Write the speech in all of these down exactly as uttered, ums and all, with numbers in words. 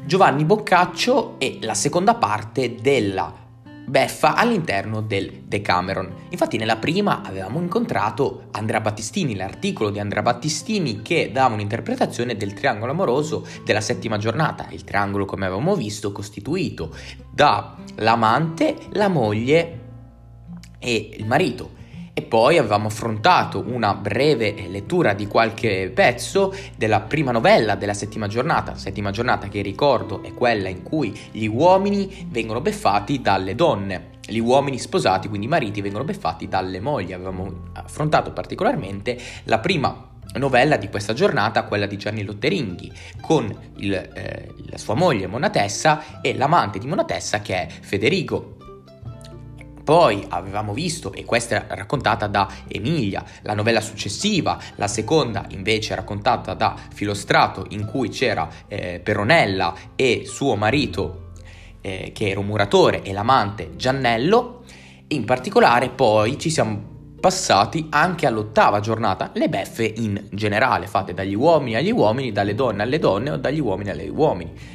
Giovanni Boccaccio e la seconda parte della beffa all'interno del Decameron. Infatti nella prima avevamo incontrato Andrea Battistini, l'articolo di Andrea Battistini che dava un'interpretazione del triangolo amoroso della settima giornata. Il triangolo, come avevamo visto, costituito dall'amante, la moglie e il marito. E poi avevamo affrontato una breve lettura di qualche pezzo della prima novella della settima giornata, settima giornata che ricordo è quella in cui gli uomini vengono beffati dalle donne, gli uomini sposati, quindi i mariti, vengono beffati dalle mogli. Avevamo affrontato particolarmente la prima novella di questa giornata, quella di Gianni Lotteringhi, con il, eh, la sua moglie Monatessa e l'amante di Monatessa che è Federico. Poi avevamo visto, e questa è raccontata da Emilia, la novella successiva, la seconda invece è raccontata da Filostrato, in cui c'era eh, Peronella e suo marito eh, che era un muratore e l'amante Giannello. In particolare poi ci siamo passati anche all'ottava giornata, le beffe in generale fatte dagli uomini agli uomini, dalle donne alle donne o dagli uomini agli uomini,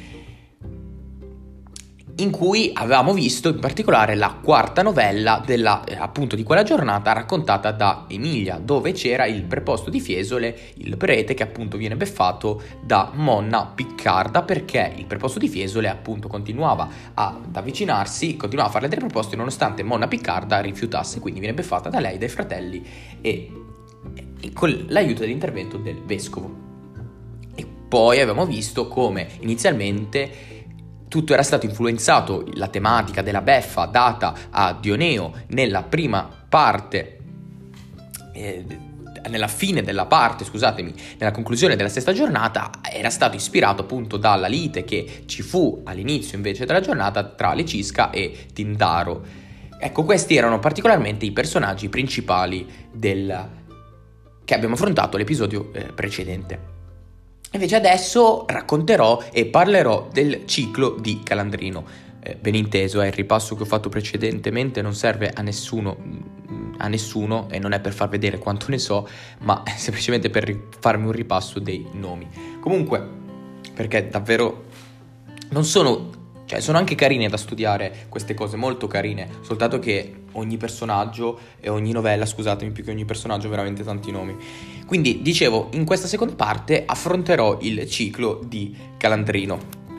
in cui avevamo visto in particolare la quarta novella della, eh, appunto di quella giornata, raccontata da Emilia, dove c'era il preposto di Fiesole, il prete che appunto viene beffato da Monna Piccarda, perché il preposto di Fiesole appunto continuava ad avvicinarsi, continuava a fare delle proposte nonostante Monna Piccarda rifiutasse, quindi viene beffata da lei, dai fratelli e, e con l'aiuto dell'intervento del vescovo. E poi avevamo visto come inizialmente tutto era stato influenzato, la tematica della beffa data a Dioneo nella prima parte, eh, nella fine della parte, scusatemi, nella conclusione della sesta giornata, era stato ispirato appunto dalla lite che ci fu all'inizio invece della giornata tra Lecisca e Tindaro. Ecco, questi erano particolarmente i personaggi principali del, che abbiamo affrontato l'episodio eh, precedente. Invece adesso racconterò e parlerò del ciclo di Calandrino. Eh, ben inteso, eh, il ripasso che ho fatto precedentemente non serve a nessuno, a nessuno e non è per far vedere quanto ne so, ma è semplicemente per ri- farmi un ripasso dei nomi. Comunque, perché davvero non sono... Cioè, sono anche carine da studiare queste cose, molto carine, soltanto che ogni personaggio e ogni novella, scusatemi, più che ogni personaggio, veramente tanti nomi. Quindi, dicevo, in questa seconda parte affronterò il ciclo di Calandrino.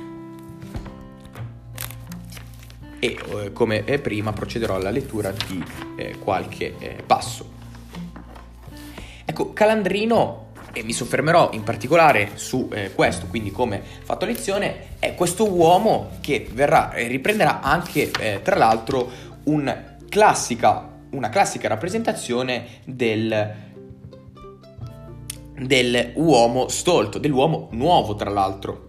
E eh, come prima procederò alla lettura di eh, qualche eh, passo. Ecco, Calandrino... e mi soffermerò in particolare su eh, questo, quindi come fatto lezione, è questo uomo che verrà e riprenderà anche, eh, tra l'altro, un classica, una classica rappresentazione del, dell'uomo stolto, dell'uomo nuovo, tra l'altro.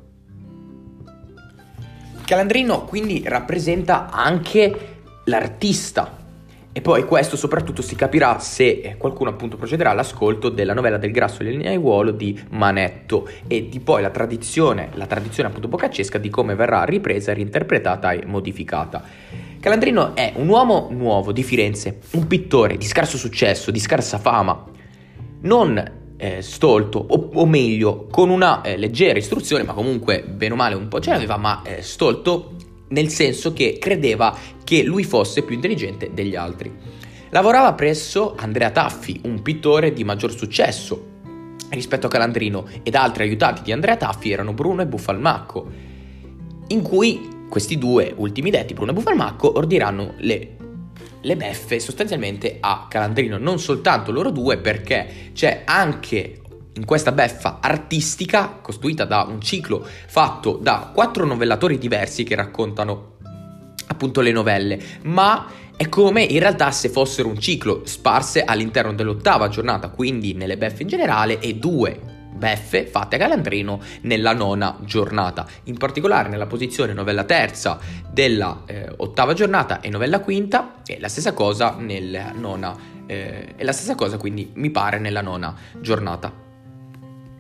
Calandrino quindi rappresenta anche l'artista. E poi questo soprattutto si capirà se qualcuno appunto procederà all'ascolto della novella del Grasso e l'Aiuolo di Manetto e di poi la tradizione, la tradizione appunto boccaccesca di come verrà ripresa, reinterpretata e modificata. Calandrino è un uomo nuovo di Firenze, un pittore di scarso successo, di scarsa fama, non eh, stolto, o, o meglio, con una eh, leggera istruzione, ma comunque bene o male un po' ce l'aveva, ma eh, stolto nel senso che credeva che lui fosse più intelligente degli altri. Lavorava presso Andrea Taffi, un pittore di maggior successo rispetto a Calandrino, ed altri aiutati di Andrea Taffi erano Bruno e Buffalmacco, in cui questi due ultimi detti, Bruno e Buffalmacco, ordiranno le, le beffe sostanzialmente a Calandrino. Non soltanto loro due, perché c'è anche in questa beffa artistica, costruita da un ciclo fatto da quattro novellatori diversi che raccontano appunto le novelle, ma è come in realtà se fossero un ciclo sparse all'interno dell'ottava giornata, quindi nelle beffe in generale, e due beffe fatte a Calandrino nella nona giornata, in particolare nella posizione novella terza della eh, ottava giornata e novella quinta, e la stessa cosa nella nona, eh, e la stessa cosa quindi mi pare nella nona giornata,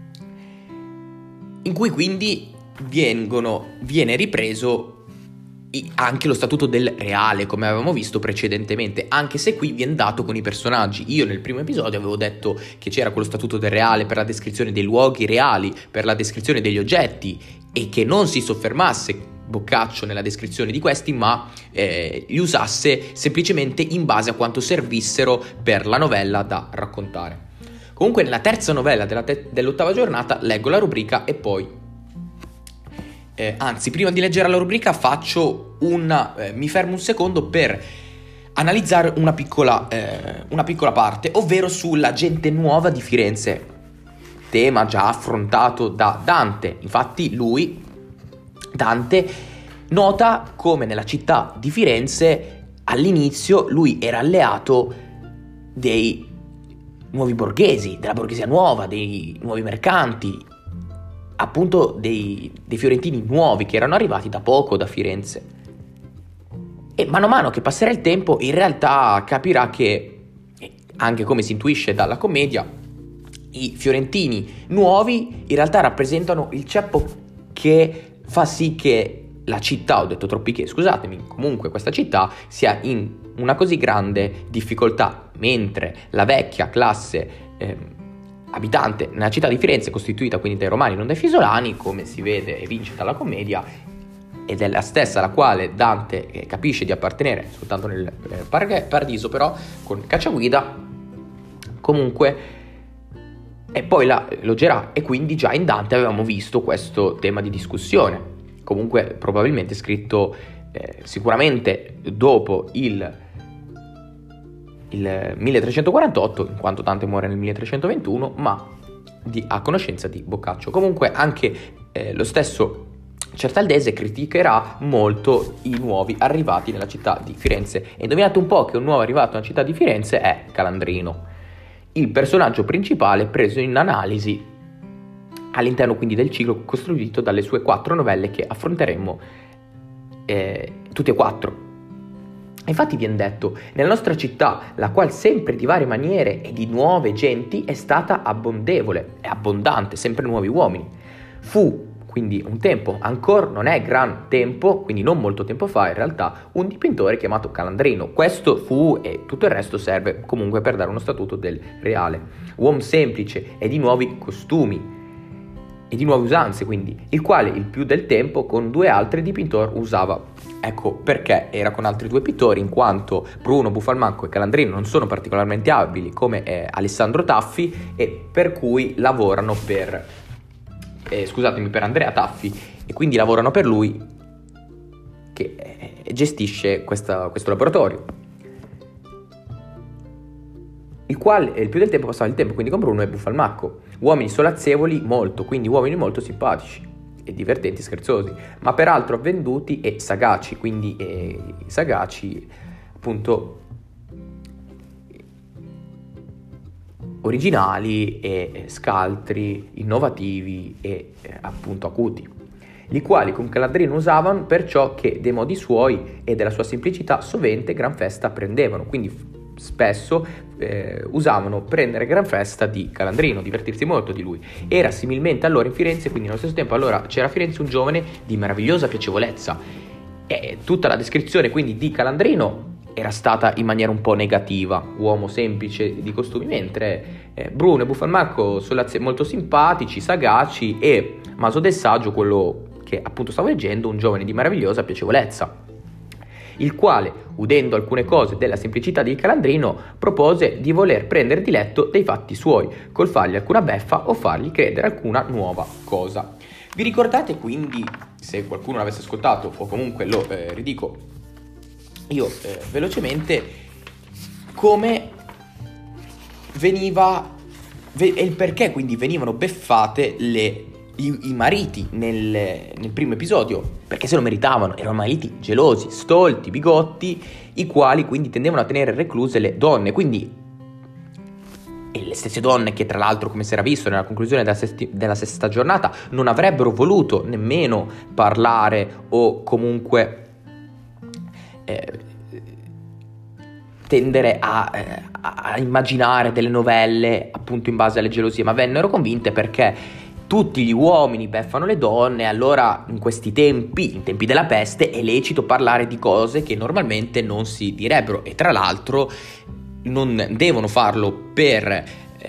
in cui quindi vengono, viene ripreso anche lo statuto del reale, come avevamo visto precedentemente, anche se qui viene dato con i personaggi. Io nel primo episodio avevo detto che c'era quello statuto del reale per la descrizione dei luoghi reali, per la descrizione degli oggetti, e che non si soffermasse Boccaccio nella descrizione di questi, ma eh, li usasse semplicemente in base a quanto servissero per la novella da raccontare. Comunque nella terza novella della te- dell'ottava giornata leggo la rubrica e poi Eh, anzi, prima di leggere la rubrica faccio una, eh, mi fermo un secondo per analizzare una piccola, eh, una piccola parte, ovvero sulla gente nuova di Firenze, tema già affrontato da Dante. Infatti lui, Dante, nota come nella città di Firenze all'inizio lui era alleato dei nuovi borghesi, della borghesia nuova, dei nuovi mercanti, appunto dei, dei fiorentini nuovi che erano arrivati da poco da Firenze. E mano a mano che passerà il tempo in realtà capirà che, anche come si intuisce dalla commedia, i fiorentini nuovi in realtà rappresentano il ceppo che fa sì che la città, ho detto troppi che, scusatemi, comunque questa città sia in una così grande difficoltà, mentre la vecchia classe eh, abitante nella città di Firenze, costituita quindi dai Romani, non dai Fisolani, come si vede e vince dalla commedia, ed è la stessa alla quale Dante eh, capisce di appartenere soltanto nel eh, par- paradiso, però con Cacciaguida, comunque, e poi la loggerà, e quindi già in Dante avevamo visto questo tema di discussione, comunque probabilmente scritto eh, sicuramente dopo il il milletrecentoquarantotto, in quanto Dante muore nel milletrecentoventuno, ma di, a conoscenza di Boccaccio. Comunque anche eh, lo stesso Certaldese criticherà molto i nuovi arrivati nella città di Firenze. E indovinate un po' che un nuovo arrivato nella città di Firenze è Calandrino, il personaggio principale preso in analisi all'interno quindi del ciclo costruito dalle sue quattro novelle che affronteremo eh, tutte e quattro. Infatti viene detto, nella nostra città, la qual sempre di varie maniere e di nuove genti è stata abbondevole e abbondante, sempre nuovi uomini. Fu, quindi un tempo, ancora non è gran tempo, quindi non molto tempo fa in realtà, un dipintore chiamato Calandrino. Questo fu e tutto il resto serve comunque per dare uno statuto del reale. Uomo semplice e di nuovi costumi e di nuove usanze, quindi, il quale il più del tempo con due altri dipintori usava. Ecco perché era con altri due pittori, in quanto Bruno Buffalmacco e Calandrino non sono particolarmente abili come eh, Alessandro Taffi, e per cui lavorano per eh, scusatemi per Andrea Taffi, e quindi lavorano per lui che eh, gestisce questa, questo laboratorio, il quale il più del tempo passava il tempo quindi con Bruno e Buffalmacco, uomini solazzevoli molto, quindi uomini molto simpatici e divertenti, scherzosi, ma peraltro avvenduti e sagaci, quindi eh, sagaci appunto originali e scaltri, innovativi e eh, appunto acuti, i quali con Calandrino usavano perciò che dei modi suoi e della sua semplicità sovente gran festa prendevano, quindi spesso eh, usavano prendere gran festa di Calandrino, divertirsi molto di lui. Era similmente allora in Firenze, quindi allo stesso tempo allora c'era a Firenze un giovane di meravigliosa piacevolezza, e tutta la descrizione quindi di Calandrino era stata in maniera un po' negativa, uomo semplice di costumi, mentre eh, Bruno e Buffalmacco sono molto simpatici, sagaci, e Maso del Saggio, quello che appunto stavo leggendo, un giovane di meravigliosa piacevolezza, il quale, udendo alcune cose della semplicità di Calandrino, propose di voler prendere diletto dei fatti suoi, col fargli alcuna beffa o fargli credere alcuna nuova cosa. Vi ricordate quindi, se qualcuno l'avesse ascoltato o comunque lo eh, ridico io eh, velocemente, come veniva ve- e il perché quindi venivano beffate le I, i mariti nel, nel primo episodio, perché se lo meritavano, erano mariti gelosi, stolti, bigotti, i quali quindi tendevano a tenere recluse le donne, quindi e le stesse donne che tra l'altro, come si era visto nella conclusione della, sesti, della sesta giornata, non avrebbero voluto nemmeno parlare o comunque eh, tendere a, eh, a immaginare delle novelle appunto in base alle gelosie, ma vennero convinte perché tutti gli uomini beffano le donne, allora in questi tempi, in tempi della peste, è lecito parlare di cose che normalmente non si direbbero, e tra l'altro non devono farlo per eh,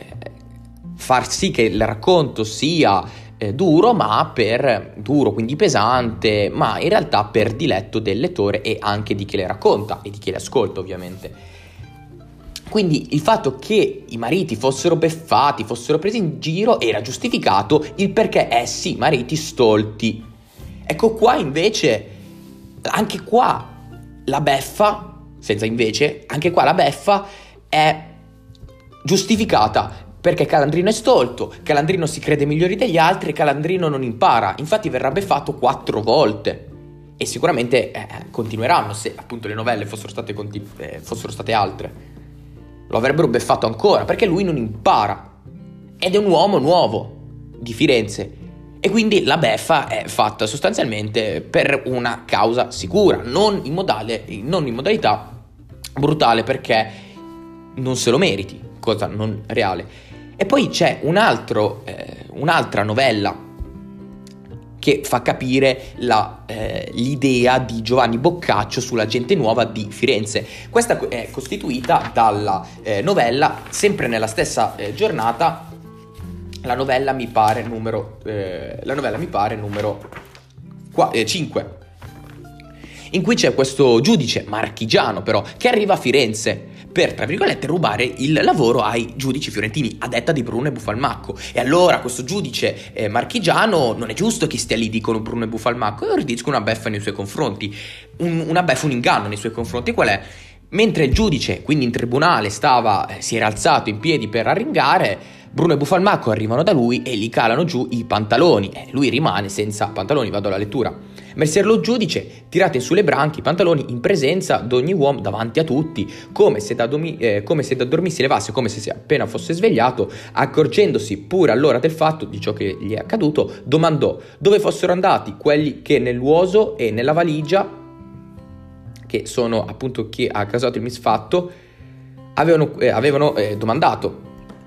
far sì che il racconto sia eh, duro, ma per duro, quindi pesante, ma in realtà per diletto del lettore e anche di chi le racconta e di chi le ascolta, ovviamente. Quindi il fatto che i mariti fossero beffati, fossero presi in giro, era giustificato il perché essi, mariti stolti. Ecco qua invece, anche qua la beffa, senza invece, anche qua la beffa è giustificata, perché Calandrino è stolto, Calandrino si crede migliori degli altri, Calandrino non impara, infatti verrà beffato quattro volte. E sicuramente eh, continueranno se appunto le novelle fossero state, conti- eh, fossero state altre. Lo avrebbero beffato ancora, perché lui non impara ed è un uomo nuovo di Firenze, e quindi la beffa è fatta sostanzialmente per una causa sicura, non in, modale, non in modalità brutale, perché non se lo meriti, cosa non reale. E poi c'è un altro, eh, un'altra novella che fa capire la, eh, l'idea di Giovanni Boccaccio sulla gente nuova di Firenze. Questa è costituita dalla eh, novella, sempre nella stessa eh, giornata, la novella mi pare numero, eh, la novella mi pare numero qua, eh, cinque, in cui c'è questo giudice marchigiano però che arriva a Firenze per, tra virgolette, rubare il lavoro ai giudici fiorentini, a detta di Bruno e Buffalmacco. E allora questo giudice eh, marchigiano, non è giusto che stia lì, dicono Bruno e Buffalmacco, e ordiscono una beffa nei suoi confronti, un, una beffa, un inganno nei suoi confronti. Qual è? Mentre il giudice, quindi in tribunale, stava, eh, si era alzato in piedi per arringare, Bruno e Buffalmacco arrivano da lui e gli calano giù i pantaloni, e lui rimane senza pantaloni. Vado alla lettura. Messer lo giudice, tirate sulle branche i pantaloni in presenza d'ogni uomo davanti a tutti, come se da, domi- eh, come se da dormì si levasse, come se appena fosse svegliato, accorgendosi pure allora del fatto di ciò che gli è accaduto, domandò dove fossero andati quelli che nell'uoso e nella valigia, che sono appunto chi ha causato il misfatto, avevano, eh, avevano eh, domandato.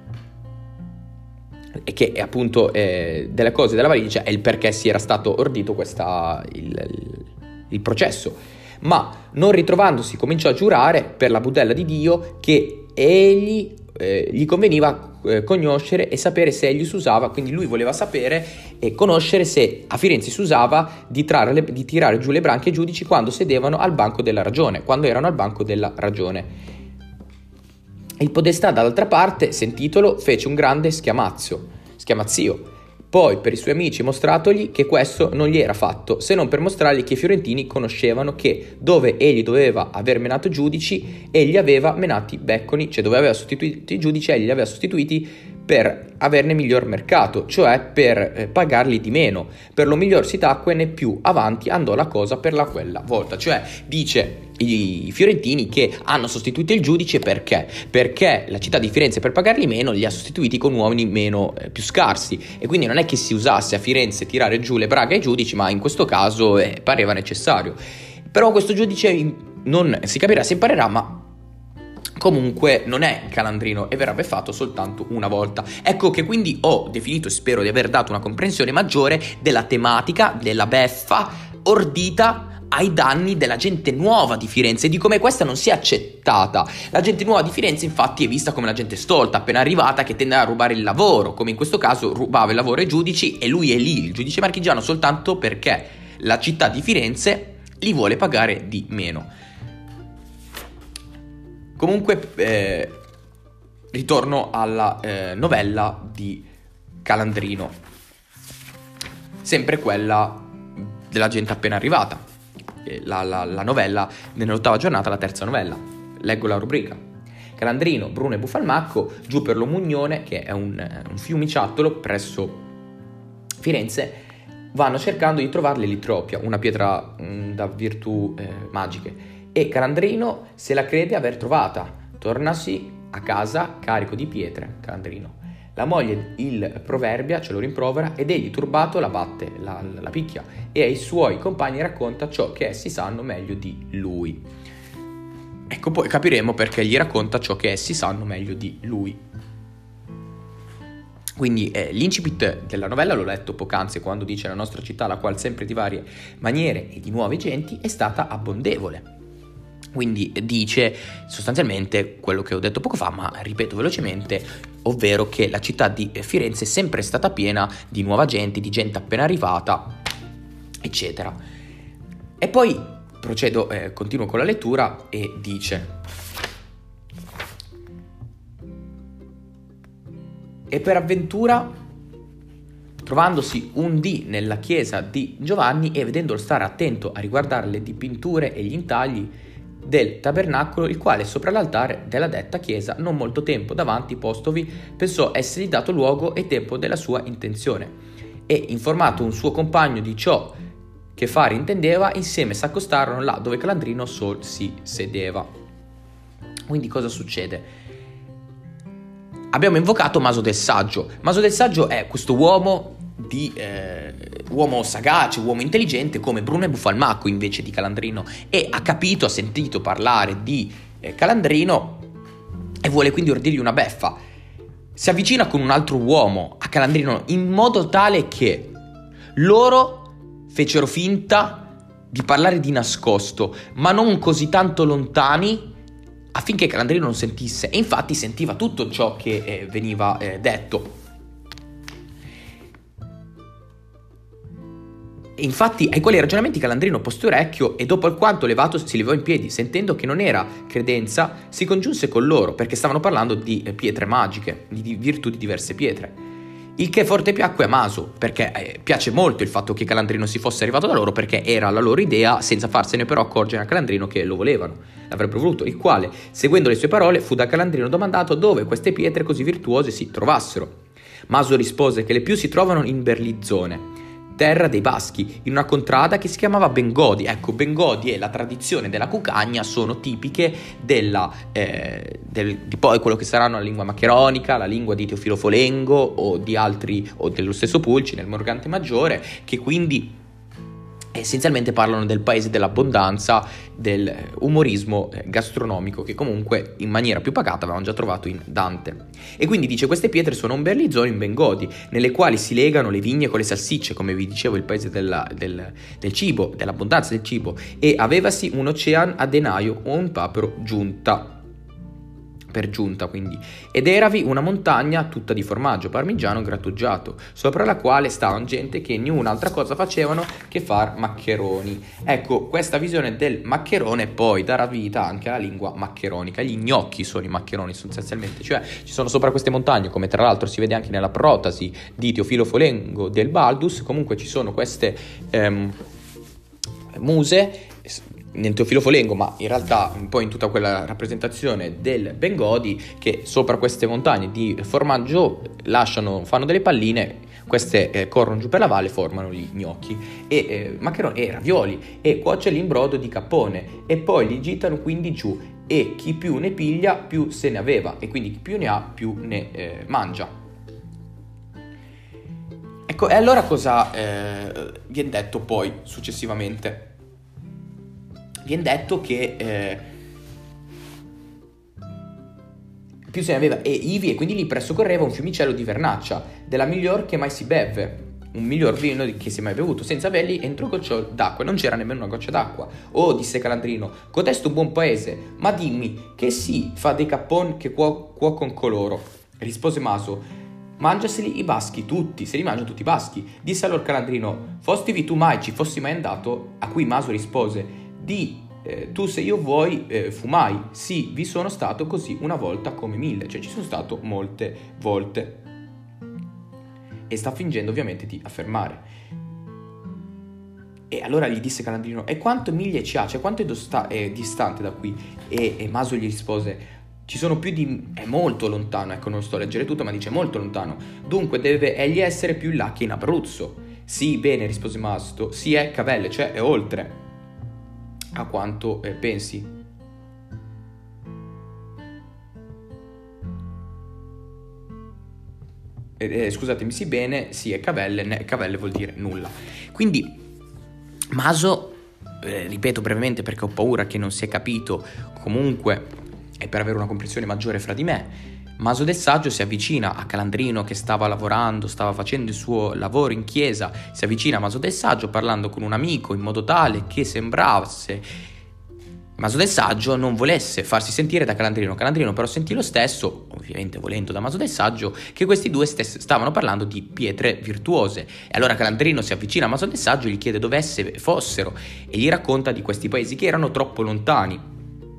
E che è appunto eh, delle cose della valigia è il perché si era stato ordito questa, il, il, il processo. Ma non ritrovandosi cominciò a giurare per la budella di Dio che egli eh, gli conveniva eh, conoscere e sapere se egli si usava, quindi lui voleva sapere e conoscere se a Firenze si usava di, trarre le, di tirare giù le branche ai giudici quando sedevano al banco della ragione, quando erano al banco della ragione. Il podestà dall'altra parte, sentitolo, fece un grande schiamazzo, schiamazzio, poi per i suoi amici mostratogli che questo non gli era fatto, se non per mostrargli che i fiorentini conoscevano che dove egli doveva aver menato giudici, egli aveva menati becconi, cioè dove aveva sostituito i giudici, egli li aveva sostituiti per averne miglior mercato, cioè per eh, pagarli di meno. Per lo miglior si tacque né più avanti andò la cosa per la quella volta. Cioè dice i fiorentini che hanno sostituito il giudice perché? Perché la città di Firenze per pagarli meno li ha sostituiti con uomini meno eh, più scarsi, e quindi non è che si usasse a Firenze tirare giù le braghe ai giudici, ma in questo caso eh, pareva necessario. Però questo giudice non si capirà se imparerà, ma comunque non è Calandrino e verrà beffato soltanto una volta. Ecco che quindi ho definito e spero di aver dato una comprensione maggiore della tematica della beffa ordita ai danni della gente nuova di Firenze e di come questa non sia accettata. La gente nuova di Firenze infatti è vista come la gente stolta, appena arrivata, che tende a rubare il lavoro, come in questo caso rubava il lavoro ai giudici, e lui è lì, il giudice marchigiano, soltanto perché la città di Firenze li vuole pagare di meno. Comunque eh, ritorno alla eh, novella di Calandrino, sempre quella della gente appena arrivata, eh, la, la, la novella nell'ottava giornata, la terza novella. Leggo la rubrica. Calandrino, Bruno e Buffalmacco giù per lo Mugnone, che è un, un fiumiciattolo presso Firenze, vanno cercando di trovare l'elitropia, una pietra mh, da virtù eh, magiche. E Calandrino se la crede aver trovata, tornasi a casa carico di pietre. Calandrino. La moglie il proverbia, ce lo rimprovera, ed egli turbato la batte, la, la picchia, e ai suoi compagni racconta ciò che essi sanno meglio di lui. Ecco, poi capiremo perché gli racconta ciò che essi sanno meglio di lui. Quindi eh, l'incipit della novella, l'ho letto poc'anzi quando dice: la nostra città, la qual sempre di varie maniere e di nuove genti, è stata abbondevole. Quindi dice sostanzialmente quello che ho detto poco fa, ma ripeto velocemente, ovvero che la città di Firenze è sempre stata piena di nuova gente, di gente appena arrivata, eccetera. E poi procedo, eh, continuo con la lettura e dice: e per avventura, trovandosi un dì nella chiesa di Giovanni e vedendolo stare attento a riguardare le dipinture e gli intagli del tabernacolo, il quale sopra l'altare della detta chiesa, non molto tempo davanti postovi, pensò essergli dato luogo e tempo della sua intenzione, e informato un suo compagno di ciò che fare intendeva, insieme s'accostarono là dove Calandrino sol si sedeva. Quindi cosa succede? Abbiamo invocato Maso del Saggio. Maso del Saggio è questo uomo di eh, uomo sagace, uomo intelligente come Bruno e Buffalmacco invece di Calandrino, e ha capito, ha sentito parlare di eh, Calandrino e vuole quindi ordirgli una beffa. Si avvicina con un altro uomo a Calandrino in modo tale che loro fecero finta di parlare di nascosto, ma non così tanto lontani affinché Calandrino non sentisse, e infatti sentiva tutto ciò che eh, veniva eh, detto. E infatti ai quali ragionamenti Calandrino posto orecchio, e dopo alquanto levato si levò in piedi, sentendo che non era credenza, si congiunse con loro, perché stavano parlando di eh, pietre magiche, di, di virtù di diverse pietre. Il che forte piacque a Maso, perché eh, piace molto il fatto che Calandrino si fosse arrivato da loro, perché era la loro idea, senza farsene però accorgere a Calandrino che lo volevano, l'avrebbero voluto, il quale, seguendo le sue parole, fu da Calandrino domandato dove queste pietre così virtuose si trovassero. Maso rispose che le più si trovano in Berlizzone, terra dei Baschi, in una contrada che si chiamava Bengodi. Ecco, Bengodi e la tradizione della cucagna sono tipiche della, eh, del, di poi quello che saranno la lingua maccheronica, la lingua di Teofilo Folengo o di altri, o dello stesso Pulci nel Morgante Maggiore, che quindi essenzialmente parlano del paese dell'abbondanza, del umorismo gastronomico che comunque in maniera più pacata avevamo già trovato in Dante. E quindi dice: queste pietre sono un berlizzone in Bengodi, nelle quali si legano le vigne con le salsicce, come vi dicevo, il paese della, del, del cibo, dell'abbondanza del cibo, e avevasi un ocean a denaio o un papero giunta, per giunta quindi, ed eravi una montagna tutta di formaggio parmigiano grattugiato, sopra la quale stavano gente che niun'altra cosa facevano che far maccheroni. Ecco, questa visione del maccherone poi darà vita anche alla lingua maccheronica. Gli gnocchi sono i maccheroni sostanzialmente, cioè ci sono sopra queste montagne, come tra l'altro si vede anche nella protasi di Teofilo Folengo del Baldus. Comunque ci sono queste ehm, muse nel Teofilo Folengo, ma in realtà poi in tutta quella rappresentazione del Bengodi, che sopra queste montagne di formaggio lasciano, fanno delle palline, queste eh, corrono giù per la valle, formano gli gnocchi e eh, maccheroni e ravioli, e cuocerli in brodo di cappone e poi li gittano quindi giù, e chi più ne piglia più se ne aveva, e quindi chi più ne ha più ne eh, mangia. Ecco, e allora cosa eh, viene detto poi successivamente? Viene detto che eh, più se ne aveva, e ivi, e quindi lì presso correva un fiumicello di vernaccia, della miglior che mai si beve, un miglior vino che si è mai bevuto, senza belli entro gocciol d'acqua, non c'era nemmeno una goccia d'acqua. Oh, disse Calandrino, cotesto un buon paese, ma dimmi, che si fa dei cappon che cuo- cuocon coloro? Rispose Maso: mangiaseli i baschi tutti, se li mangiano tutti i baschi. Disse allora Calandrino: fostivi tu mai, ci fossi mai andato? A cui Maso rispose: di eh, tu se io vuoi eh, fumai, sì, vi sono stato così una volta come mille, cioè ci sono stato molte volte. E sta fingendo ovviamente di affermare. E allora gli disse Calandrino: e quanto miglia ci ha, cioè quanto è, dosta- è distante da qui? E, e Maso gli rispose: ci sono più di... è molto lontano, ecco, non sto a leggere tutto, ma dice molto lontano, dunque deve egli essere più in là che in Abruzzo. Sì, bene, rispose Masto, sì, è Cavelle, cioè è oltre a quanto eh, pensi. Eh, eh, scusatemi, sì, bene, sì, è Cavelle, ne, Cavelle vuol dire nulla. Quindi Maso, eh, ripeto brevemente perché ho paura che non si è capito, comunque è per avere una comprensione maggiore fra di me, Maso del Saggio si avvicina a Calandrino che stava lavorando, stava facendo il suo lavoro in chiesa, si avvicina a Maso del Saggio parlando con un amico in modo tale che sembrasse Maso del Saggio non volesse farsi sentire da Calandrino. Calandrino però sentì lo stesso, ovviamente volendo da Maso del Saggio, che questi due stess- stavano parlando di pietre virtuose. E allora Calandrino si avvicina a Maso del Saggio e gli chiede dove esse fossero e gli racconta di questi paesi che erano troppo lontani.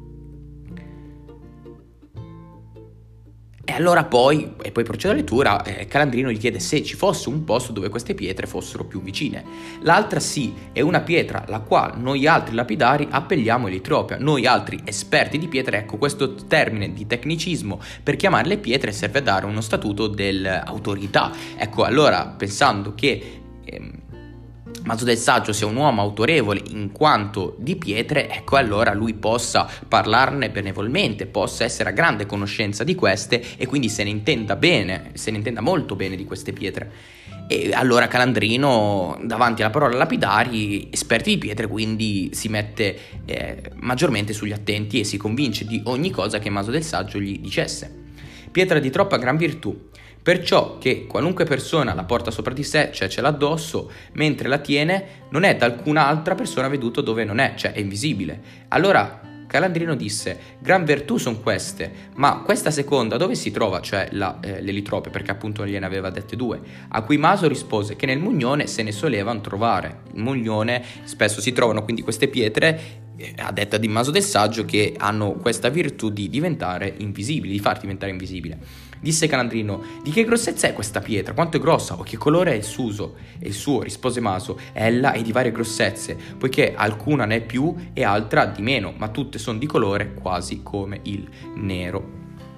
E allora poi, e poi procede la lettura, eh, Calandrino gli chiede se ci fosse un posto dove queste pietre fossero più vicine. L'altra sì, è una pietra la quale noi altri lapidari appelliamo Elitropia. Noi altri esperti di pietre, ecco, questo termine di tecnicismo per chiamare le pietre serve a dare uno statuto dell'autorità. Ecco, allora, pensando che ehm, Maso del Saggio sia un uomo autorevole in quanto di pietre, ecco allora lui possa parlarne benevolmente, possa essere a grande conoscenza di queste e quindi se ne intenda bene, se ne intenda molto bene di queste pietre. E allora Calandrino, davanti alla parola lapidari, esperti di pietre, quindi si mette eh, maggiormente sugli attenti e si convince di ogni cosa che Maso del Saggio gli dicesse. Pietra di troppa gran virtù, perciò che qualunque persona la porta sopra di sé, cioè ce l'ha addosso, mentre la tiene, non è da alcun'altra persona veduto dove non è, cioè è invisibile. Allora Calandrino disse: gran virtù sono queste, ma questa seconda dove si trova, cioè la, eh, l'elitrope, perché appunto gliene aveva dette due, a cui Maso rispose che nel Mugnone se ne solevano trovare. Il Mugnone spesso si trovano quindi queste pietre, a detta di Maso del Saggio, che hanno questa virtù di diventare invisibili, di far diventare invisibile. Disse Calandrino: di che grossezza è questa pietra? Quanto è grossa? O che colore è il suo? E il suo, rispose Maso: ella è di varie grossezze, poiché alcuna ne è più e altra di meno, ma tutte sono di colore quasi come il nero.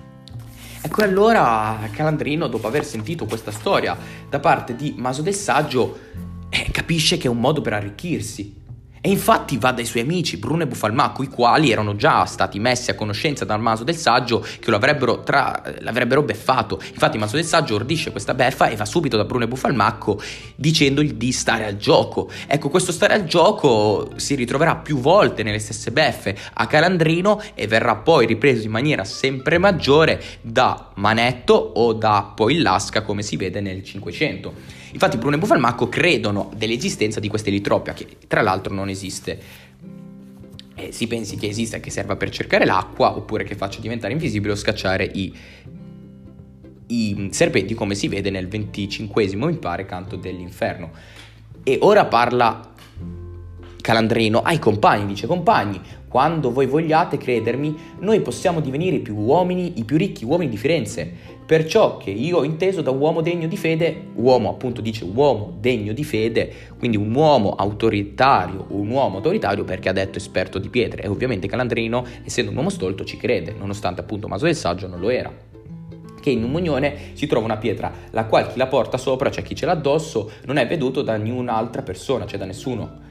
Ecco, allora Calandrino, dopo aver sentito questa storia da parte di Maso del Saggio, eh, capisce che è un modo per arricchirsi. E infatti va dai suoi amici Bruno e Buffalmacco, i quali erano già stati messi a conoscenza dal Maso del Saggio che lo avrebbero, tra, l'avrebbero beffato. Infatti Maso del Saggio ordisce questa beffa e va subito da Bruno e Buffalmacco dicendogli di stare al gioco. Ecco, questo stare al gioco si ritroverà più volte nelle stesse beffe a Calandrino e verrà poi ripreso in maniera sempre maggiore da Manetto o da poi Lasca, come si vede nel Cinquecento. Infatti Bruno e Buffalmacco credono dell'esistenza di questa elitropia, che tra l'altro non esiste. Eh, si pensi che esista e che serva per cercare l'acqua, oppure che faccia diventare invisibile o scacciare i, i serpenti, come si vede nel venticinquesimo, mi pare, canto dell'inferno. E ora parla Calandrino ai compagni, dice: compagni, quando voi vogliate credermi, noi possiamo divenire i più uomini, i più ricchi uomini di Firenze, perciò che io ho inteso da uomo degno di fede, uomo appunto dice uomo degno di fede, quindi un uomo autoritario, un uomo autoritario perché ha detto esperto di pietre, e ovviamente Calandrino, essendo un uomo stolto, ci crede, nonostante appunto Maso del Saggio non lo era. Che in un Mugnone si trova una pietra, la quale chi la porta sopra, cioè chi ce l'ha addosso, non è veduto da niun'altra persona, cioè da nessuno.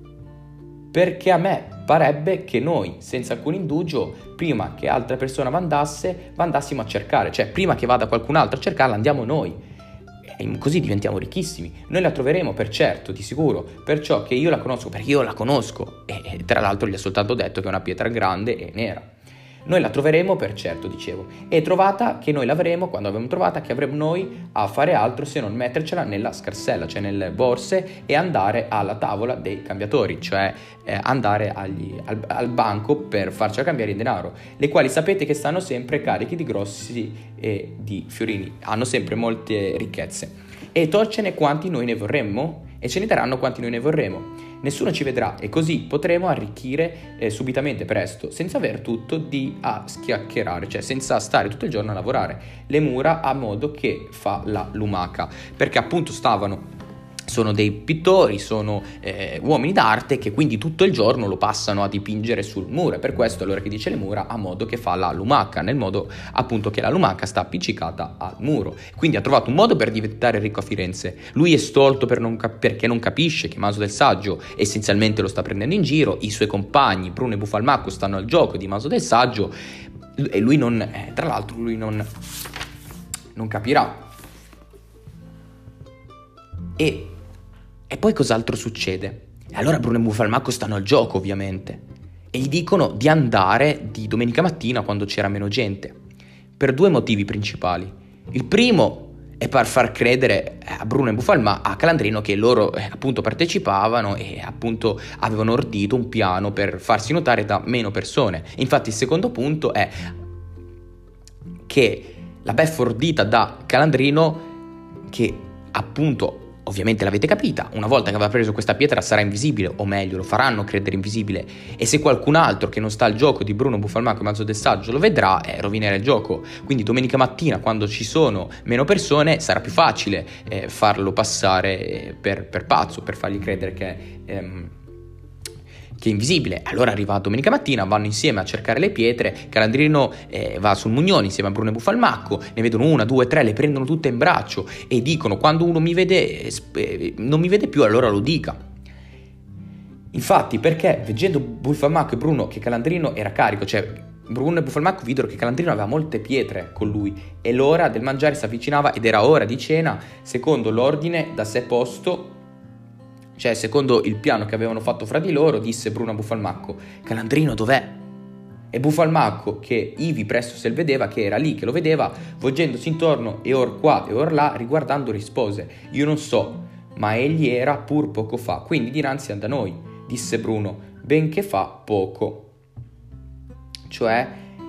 Perché a me parebbe che noi, senza alcun indugio, prima che altra persona mandasse, andassimo a cercare, cioè prima che vada qualcun altro a cercarla andiamo noi, e così diventiamo ricchissimi. Noi la troveremo per certo, di sicuro, perciò che io la conosco, perché io la conosco, e, e tra l'altro gli ho soltanto detto che è una pietra grande e nera. Noi la troveremo per certo, dicevo, e trovata che noi l'avremo, quando l'avremo trovata, che avremo noi a fare altro se non mettercela nella scarsella, cioè nelle borse, e andare alla tavola dei cambiatori, cioè eh, andare agli, al, al banco per farcela cambiare in denaro, le quali sapete che stanno sempre carichi di grossi e di fiorini, hanno sempre molte ricchezze, e torcene quanti noi ne vorremmo, e ce ne daranno quanti noi ne vorremmo. Nessuno ci vedrà e così potremo arricchire eh, subitamente presto, senza aver tutto di a schiacchierare, cioè senza stare tutto il giorno a lavorare le mura a modo che fa la lumaca, perché appunto stavano sono dei pittori, sono eh, uomini d'arte che quindi tutto il giorno lo passano a dipingere sul muro, e per questo allora che dice le mura a modo che fa la lumaca, nel modo appunto che la lumaca sta appiccicata al muro. Quindi ha trovato un modo per diventare ricco a Firenze. Lui è stolto per non cap- perché non capisce che Maso del Saggio essenzialmente lo sta prendendo in giro, i suoi compagni Bruno e Buffalmacco stanno al gioco di Maso del Saggio e lui non, eh, tra l'altro lui non, non capirà. E E poi cos'altro succede? E allora Bruno e Buffalmacco stanno al gioco, ovviamente, e gli dicono di andare di domenica mattina quando c'era meno gente. per due motivi principali. Il primo è per far credere a Bruno e Bufalmacco, a Calandrino, che loro eh, appunto partecipavano e appunto avevano ordito un piano per farsi notare da meno persone. Infatti il secondo punto è che la beffa ordita da Calandrino, che appunto ovviamente l'avete capita, una volta che aveva preso questa pietra sarà invisibile, o meglio lo faranno credere invisibile, e se qualcun altro che non sta al gioco di Bruno Bufalmacco e Mazzo del Saggio lo vedrà, eh, rovinerà il gioco. Quindi domenica mattina, quando ci sono meno persone, sarà più facile eh, farlo passare per, per pazzo, per fargli credere che ehm, che è invisibile. Allora arriva domenica mattina, vanno insieme a cercare le pietre, Calandrino eh, va sul Mugnone insieme a Bruno e Bufalmacco, ne vedono una, due, tre, le prendono tutte in braccio e dicono: quando uno mi vede, eh, non mi vede più, allora lo dica. Infatti, perché veggendo Bufalmacco e Bruno che Calandrino era carico, cioè Bruno e Bufalmacco videro che Calandrino aveva molte pietre con lui e l'ora del mangiare si avvicinava ed era ora di cena, secondo l'ordine da sé posto. Cioè, secondo il piano che avevano fatto fra di loro, disse Bruno a Bufalmacco: Calandrino dov'è? E Bufalmacco, che ivi presto se il vedeva, che era lì che lo vedeva, volgendosi intorno e or qua e or là, riguardando rispose: io non so, ma egli era pur poco fa, quindi dinanzi da noi, disse Bruno, benché fa poco. Cioè,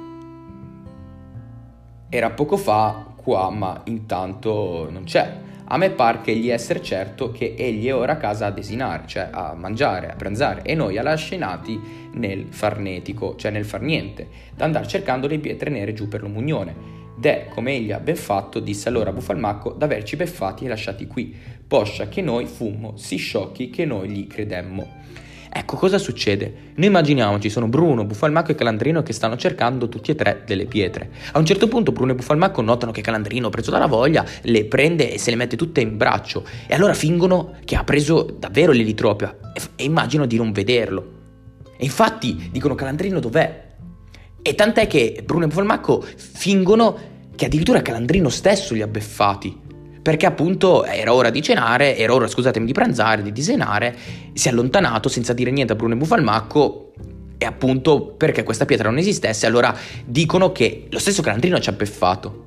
era poco fa qua, ma intanto non c'è. A me par che egli essere certo che egli è ora a casa a desinare, cioè a mangiare, a pranzare, e noi all'ascenati nel farnetico, cioè nel far niente, da andare cercando le pietre nere giù per lo Mugnone. Deh, come egli ha ben fatto, disse allora Bufalmacco, d'averci beffati e lasciati qui, poscia che noi fummo sì sciocchi che noi gli credemmo. Ecco cosa succede. Noi immaginiamoci, sono Bruno, Bufalmacco e Calandrino che stanno cercando tutti e tre delle pietre. A un certo punto Bruno e Bufalmacco notano che Calandrino, preso dalla voglia, le prende e se le mette tutte in braccio e allora fingono che ha preso davvero l'elitropia e, e immaginano di non vederlo. E infatti dicono: Calandrino dov'è? E tant'è che Bruno e Bufalmacco fingono che addirittura Calandrino stesso li ha beffati, perché appunto era ora di cenare, era ora, scusatemi, di pranzare, di disenare, si è allontanato senza dire niente a Bruno e Bufalmacco, e appunto perché questa pietra non esistesse, allora dicono che lo stesso Calandrino ci ha beffato.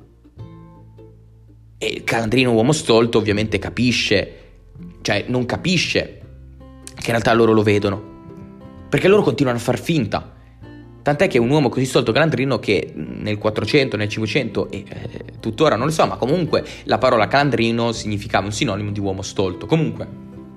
E Calandrino, uomo stolto, ovviamente capisce, cioè non capisce che in realtà loro lo vedono, perché loro continuano a far finta. Tant'è che un uomo così stolto Calandrino, che nel quattrocento, nel cinquecento e eh, tuttora non lo so, ma comunque la parola Calandrino significava un sinonimo di uomo stolto. Comunque,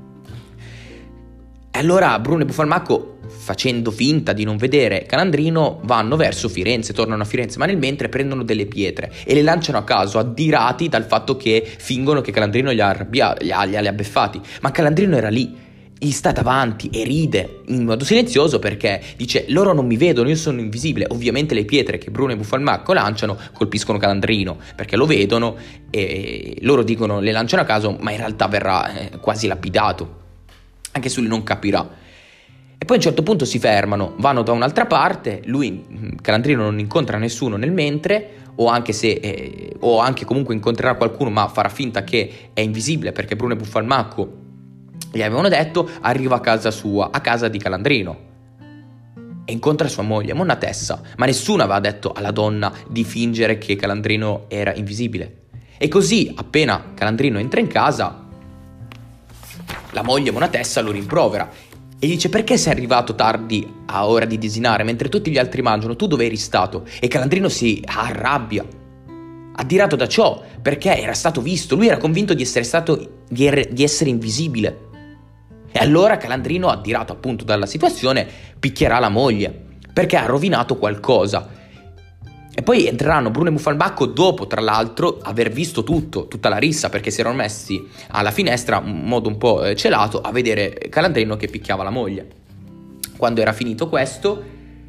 e allora Bruno e Bufalmacco, facendo finta di non vedere Calandrino, vanno verso Firenze, tornano a Firenze, ma nel mentre prendono delle pietre e le lanciano a caso, addirati dal fatto che fingono che Calandrino li ha, arrabbia- li ha, li ha beffati. Ma Calandrino era lì, gli sta davanti e ride in modo silenzioso perché dice: loro non mi vedono, io sono invisibile. Ovviamente le pietre che Bruno e Bufalmacco lanciano colpiscono Calandrino perché lo vedono e loro dicono le lanciano a caso, ma in realtà verrà eh, quasi lapidato, anche se lui non capirà. E poi a un certo punto si fermano, vanno da un'altra parte, lui, Calandrino, non incontra nessuno nel mentre, o anche se eh, o anche comunque incontrerà qualcuno, ma farà finta che è invisibile perché Bruno e Bufalmacco gli avevano detto. Arriva a casa sua, a casa di Calandrino, e incontra sua moglie, Monna Tessa, ma nessuno aveva detto alla donna di fingere che Calandrino era invisibile. E così, appena Calandrino entra in casa, la moglie, Monna Tessa, lo rimprovera e gli dice: perché sei arrivato tardi a ora di desinare mentre tutti gli altri mangiano, tu dove eri stato? E Calandrino si arrabbia, addirato da ciò, perché era stato visto, lui era convinto di essere stato di, er- di essere invisibile. E allora Calandrino, addirato appunto dalla situazione, picchierà la moglie perché ha rovinato qualcosa. E poi entreranno Bruno e Bufalmacco dopo, tra l'altro, aver visto tutto, tutta la rissa, perché si erano messi alla finestra, in modo un po' eh, celato, a vedere Calandrino che picchiava la moglie. Quando era finito questo,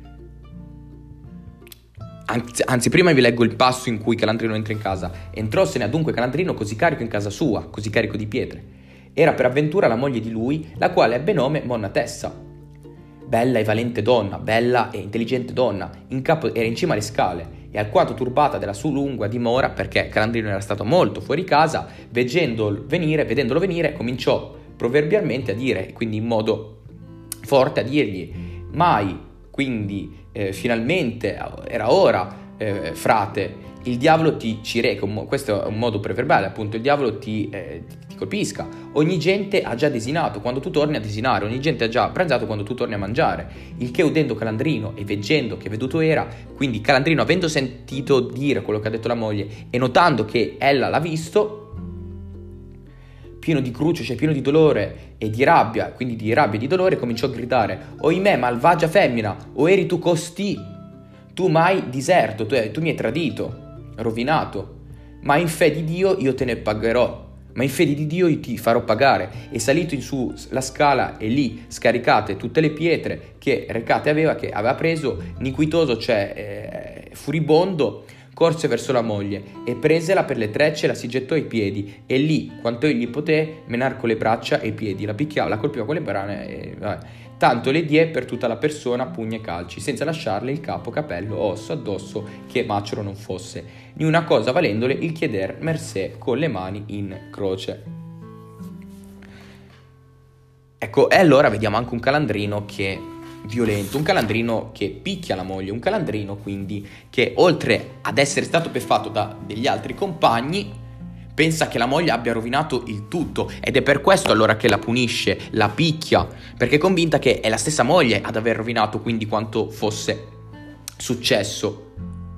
anzi, anzi prima vi leggo il passo in cui Calandrino entra in casa. Entròsene adunque Calandrino così carico in casa sua, così carico di pietre. Era per avventura la moglie di lui, la quale ebbe nome Monna Tessa. Bella e valente donna, bella e intelligente donna, in capo era in cima alle scale, e alquanto turbata della sua lunga dimora, perché Calandrino era stato molto fuori casa, veggendo venire, vedendolo venire, cominciò proverbialmente a dire, quindi in modo forte a dirgli: mai, quindi eh, finalmente era ora, eh, frate, il diavolo ti ci reca, questo è un modo preverbale, appunto, il diavolo ti, eh, ti colpisca. Ogni gente ha già desinato quando tu torni a desinare, ogni gente ha già pranzato quando tu torni a mangiare. Il che udendo Calandrino e veggendo che veduto era, quindi Calandrino avendo sentito dire quello che ha detto la moglie e notando che ella l'ha visto, pieno di cruccio, cioè pieno di dolore e di rabbia, quindi di rabbia e di dolore, cominciò a gridare: oimè, malvagia femmina, o eri tu costì? Tu m'hai diserto, tu, tu mi hai tradito, rovinato, ma in fede di Dio io te ne pagherò, ma in fede di Dio io ti farò pagare. E salito in su la scala e lì scaricate tutte le pietre che Recate aveva, che aveva preso, Niquitoso, cioè eh, furibondo, corse verso la moglie e presela per le trecce, la si gettò ai piedi e lì, quanto egli poté, menar con le braccia e i piedi, la picchiava, la colpiva con le brane e vabbè. Tanto le die per tutta la persona pugni e calci, senza lasciarle il capo, capello, osso addosso, che macero non fosse, ni una cosa valendole il chieder mercé con le mani in croce. Ecco, e allora vediamo anche un Calandrino che violento, un Calandrino che picchia la moglie, un Calandrino quindi che oltre ad essere stato beffato da degli altri compagni pensa che la moglie abbia rovinato il tutto, ed è per questo allora che la punisce, la picchia, perché è convinta che è la stessa moglie ad aver rovinato quindi quanto fosse successo.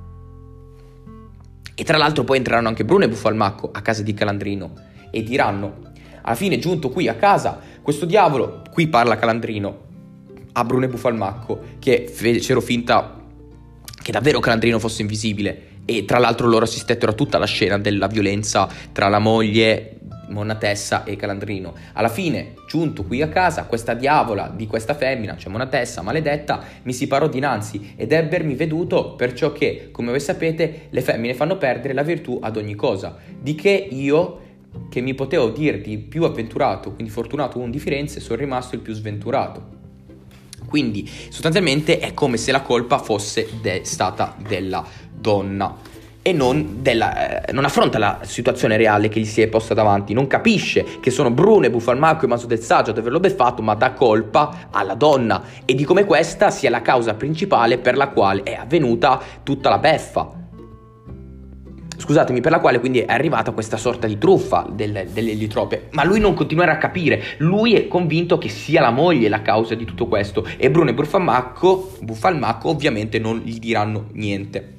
E tra l'altro poi entreranno anche Bruno e Buffalmacco a casa di Calandrino e diranno, alla fine giunto qui a casa, questo diavolo, qui parla Calandrino a Bruno e Buffalmacco, che fecero finta che davvero Calandrino fosse invisibile, e tra l'altro loro assistettero a tutta la scena della violenza tra la moglie, Monna Tessa, e Calandrino. Alla fine, giunto qui a casa, questa diavola di questa femmina, cioè Monna Tessa, maledetta, mi si parò dinanzi ed ebbermi veduto, perciò che, come voi sapete, le femmine fanno perdere la virtù ad ogni cosa, di che io, che mi potevo dir di più avventurato, quindi fortunato uomo di Firenze, sono rimasto il più sventurato. Quindi sostanzialmente è come se la colpa fosse de- stata della donna e non, della, eh, non affronta la situazione reale che gli si è posta davanti, non capisce che sono Bruno e Buffalmacco e Maso del Saggio ad averlo beffato, ma dà colpa alla donna e di come questa sia la causa principale per la quale è avvenuta tutta la beffa. Scusatemi, per la quale quindi è arrivata questa sorta di truffa del, delle elitrope, ma lui non continuerà a capire, lui è convinto che sia la moglie la causa di tutto questo e Bruno e Buffalmacco, Buffalmacco ovviamente non gli diranno niente.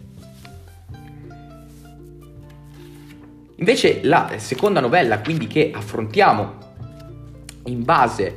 Invece la seconda novella, quindi, che affrontiamo in base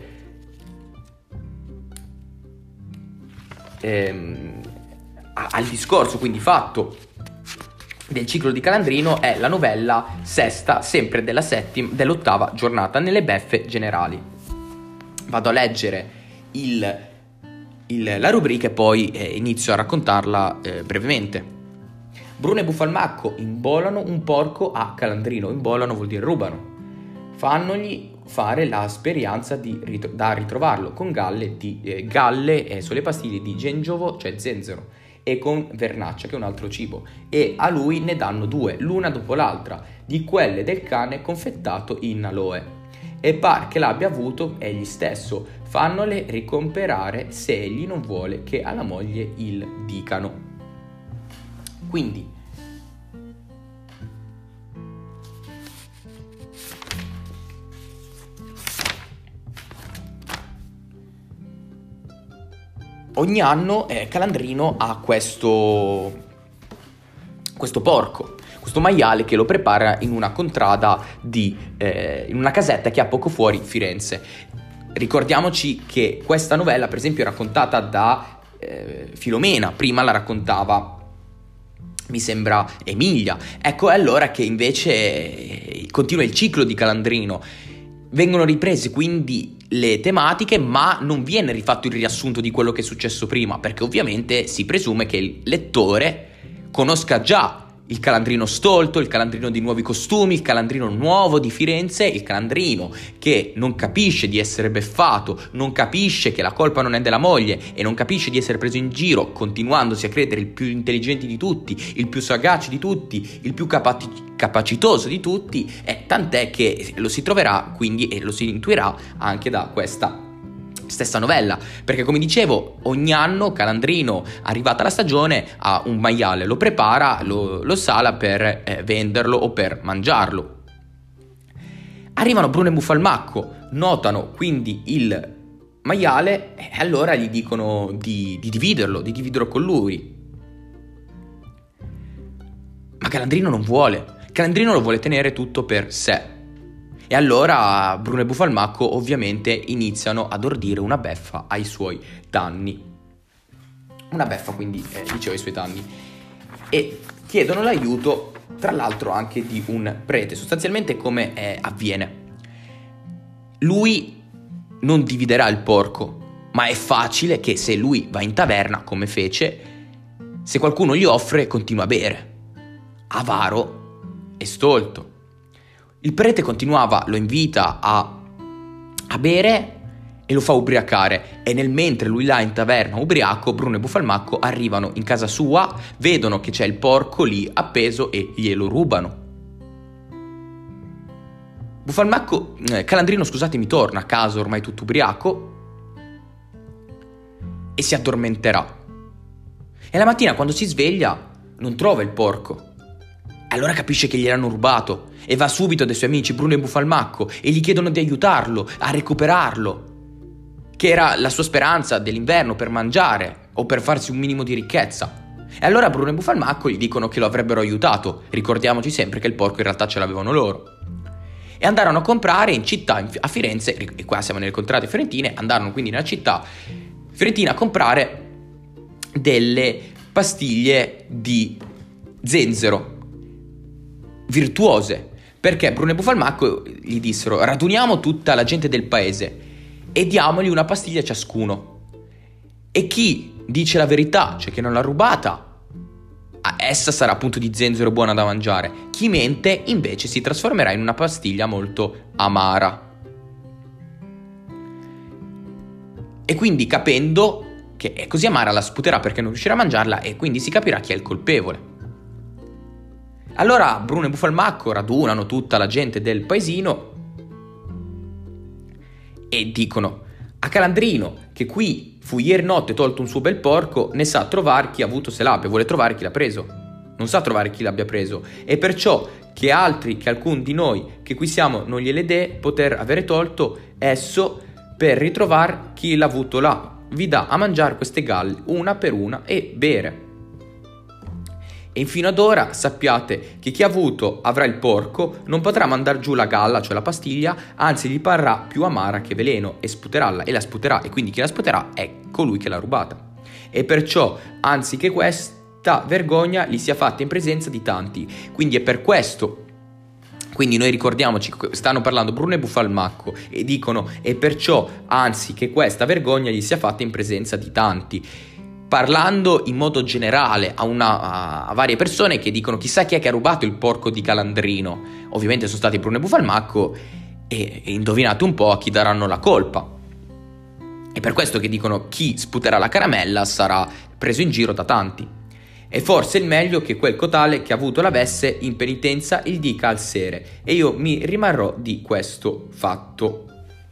ehm, a, al discorso quindi fatto del ciclo di Calandrino, è la novella sesta, sempre della settima, dell'ottava giornata, nelle beffe generali. Vado a leggere il, il, la rubrica e poi eh, inizio a raccontarla eh, brevemente. Bruno e Buffalmacco imbolano un porco a Calandrino. Imbolano vuol dire rubano. Fannogli fare la sperianza di rit- da ritrovarlo con galle, di, eh, galle eh, sulle pastiglie di gengiovo, cioè zenzero, e con vernaccia, che è un altro cibo, e a lui ne danno due, l'una dopo l'altra, di quelle del cane confettato in aloe, e par che l'abbia avuto egli stesso, fannole ricomperare se egli non vuole che alla moglie il dicano. Quindi ogni anno eh, Calandrino ha questo, questo porco, questo maiale che lo prepara in una contrada di, eh, in una casetta che ha poco fuori Firenze. Ricordiamoci che questa novella, per esempio, è raccontata da eh, Filomena, prima la raccontava, mi sembra, Emilia. Ecco, è allora che invece eh, continua il ciclo di Calandrino. Vengono riprese quindi le tematiche, ma non viene rifatto il riassunto di quello che è successo prima, perché ovviamente si presume che il lettore conosca già il Calandrino stolto, il Calandrino di nuovi costumi, il Calandrino nuovo di Firenze, il Calandrino che non capisce di essere beffato, non capisce che la colpa non è della moglie e non capisce di essere preso in giro, continuandosi a credere il più intelligente di tutti, il più sagace di tutti, il più capaci- capacitoso di tutti, e tant'è che lo si troverà quindi e lo si intuirà anche da questa stessa novella, perché come dicevo ogni anno Calandrino, arrivata la stagione, ha un maiale, lo prepara, lo, lo sala per eh, venderlo o per mangiarlo. Arrivano Bruno e Buffalmacco, notano quindi il maiale e allora gli dicono di, di dividerlo, di dividerlo con lui. Ma Calandrino non vuole, Calandrino lo vuole tenere tutto per sé. E allora Bruno e Buffalmacco ovviamente iniziano ad ordire una beffa ai suoi danni. Una beffa quindi, eh, dicevo, ai suoi danni. E chiedono l'aiuto, tra l'altro, anche di un prete. Sostanzialmente come eh, avviene? Lui non dividerà il porco, ma è facile che se lui va in taverna, come fece, se qualcuno gli offre, continua a bere. Avaro e stolto. Il prete continuava, lo invita a, a bere e lo fa ubriacare, e nel mentre lui là in taverna ubriaco, Bruno e Buffalmacco arrivano in casa sua, vedono che c'è il porco lì appeso e glielo rubano. Buffalmacco, eh, Calandrino scusatemi, torna a casa ormai tutto ubriaco e si addormenterà. E la mattina quando si sveglia non trova il porco. Allora capisce che gliel'hanno rubato e va subito dai suoi amici Bruno e Buffalmacco e gli chiedono di aiutarlo a recuperarlo, che era la sua speranza dell'inverno per mangiare o per farsi un minimo di ricchezza. E allora Bruno e Buffalmacco gli dicono che lo avrebbero aiutato, ricordiamoci sempre che il porco in realtà ce l'avevano loro. E andarono a comprare in città, a Firenze, e qua siamo nelle contrade fiorentine, andarono quindi nella città fiorentina a comprare delle pastiglie di zenzero virtuose, perché Bruno e Buffalmacco gli dissero: raduniamo tutta la gente del paese e diamogli una pastiglia ciascuno, e chi dice la verità, cioè che non l'ha rubata, essa sarà appunto di zenzero buona da mangiare, chi mente invece si trasformerà in una pastiglia molto amara. E quindi, capendo che è così amara, la sputerà perché non riuscirà a mangiarla, e quindi si capirà chi è il colpevole. Allora Bruno e Buffalmacco radunano tutta la gente del paesino e dicono a Calandrino che qui fu ieri notte tolto un suo bel porco, ne sa trovare chi ha avuto se l'abbia, vuole trovare chi l'ha preso, non sa trovare chi l'abbia preso, e perciò che altri, che alcun di noi che qui siamo non gliele dè poter avere tolto esso, per ritrovare chi l'ha avuto là, vi dà a mangiare queste galli una per una e bere. E fino ad ora sappiate che chi ha avuto avrà il porco, non potrà mandar giù la galla, cioè la pastiglia, anzi gli parrà più amara che veleno e sputeralla, e la sputerà, e quindi chi la sputerà è colui che l'ha rubata. E perciò, anzi che questa vergogna gli sia fatta in presenza di tanti. Quindi è per questo, quindi noi ricordiamoci, stanno parlando Bruno e Buffalmacco e dicono e perciò, anzi che questa vergogna gli sia fatta in presenza di tanti, parlando in modo generale a, una, a varie persone che dicono chissà chi è che ha rubato il porco di Calandrino. Ovviamente sono stati Bruno e Buffalmacco, e, e indovinate un po' a chi daranno la colpa. È per questo che dicono chi sputerà la caramella sarà preso in giro da tanti. E forse è il meglio che quel cotale che ha avuto la vesse in penitenza il dica al sere, e io mi rimarrò di questo fatto.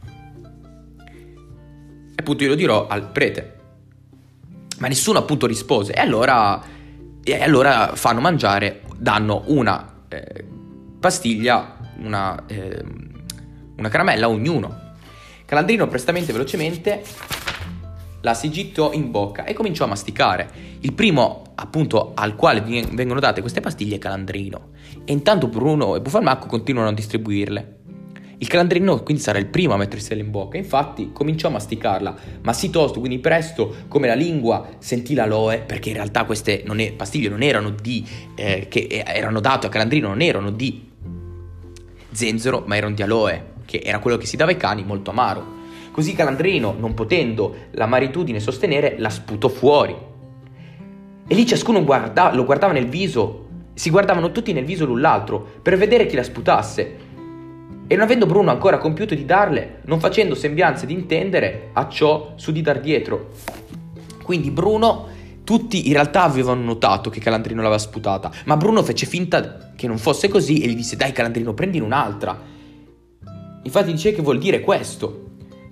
E appunto io lo dirò al prete. Ma nessuno appunto rispose, e allora, e allora fanno mangiare, danno una eh, pastiglia, una, eh, una caramella a ognuno. Calandrino prestamente, velocemente, la si gittò in bocca e cominciò a masticare. Il primo appunto al quale vengono date queste pastiglie è Calandrino, e intanto Bruno e Buffalmacco continuano a distribuirle. Il Calandrino quindi sarà il primo a mettersela in bocca, infatti cominciò a masticarla, ma sì tosto, quindi presto, come la lingua sentì l'aloe, perché in realtà queste non è, pastiglie non erano di, eh, che erano date a Calandrino, non erano di zenzero, ma erano di aloe, che era quello che si dava ai cani, molto amaro. Così Calandrino, non potendo l'amaritudine sostenere, la sputò fuori. E lì ciascuno guarda, lo guardava nel viso, si guardavano tutti nel viso l'un l'altro, per vedere chi la sputasse. E non avendo Bruno ancora compiuto di darle, non facendo sembianze di intendere, acciò su di dar dietro. Quindi Bruno, tutti in realtà avevano notato che Calandrino l'aveva sputata, ma Bruno fece finta che non fosse così e gli disse: dai Calandrino, prendine un'altra. Infatti dice che vuol dire questo,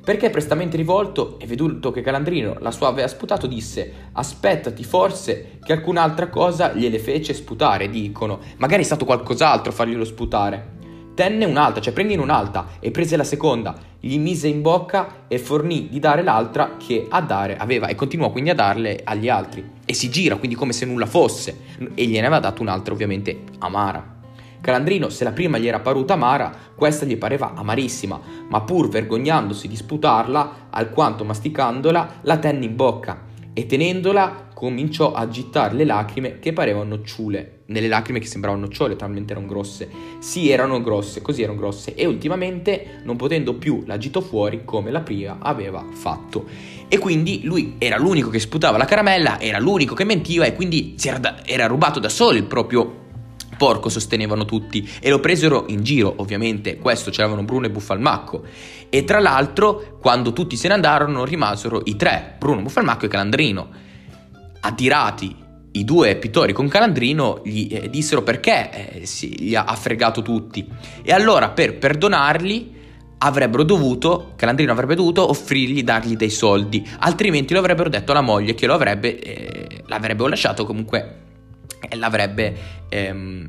Perché prestamente rivolto e veduto che Calandrino la sua aveva sputato, disse: aspettati forse che alcun'altra cosa gliele fece sputare, dicono, magari è stato qualcos'altro a farglielo sputare. Tenne un'altra, cioè prendine un'altra, e prese la seconda, gli mise in bocca e fornì di dare l'altra che a dare aveva, e continuò quindi a darle agli altri, e si gira quindi come se nulla fosse, e gliene aveva dato un'altra ovviamente amara. Calandrino, se la prima gli era paruta amara, questa gli pareva amarissima, ma pur vergognandosi di sputarla, alquanto masticandola, la tenne in bocca, e tenendola cominciò a agitare le lacrime che parevano nocciole, nelle lacrime che sembravano nocciole, talmente erano grosse. Sì, erano grosse, così erano grosse, e ultimamente, non potendo più, l'agitò fuori come la prima aveva fatto. E quindi lui era l'unico che sputava la caramella, era l'unico che mentiva, e quindi si era, da, era rubato da solo il proprio porco, sostenevano tutti, e lo presero in giro, ovviamente. Questo c'erano Bruno e Buffalmacco, e tra l'altro quando tutti se ne andarono rimasero i tre, Bruno, Buffalmacco e Calandrino. Attirati i due pittori con Calandrino, gli eh, dissero perché eh, si, li ha, ha fregato tutti, e allora per perdonarli avrebbero dovuto, Calandrino avrebbe dovuto offrirgli, dargli dei soldi, altrimenti lo avrebbero detto alla moglie che lo avrebbe, eh, l'avrebbe lasciato comunque, e l'avrebbe ehm,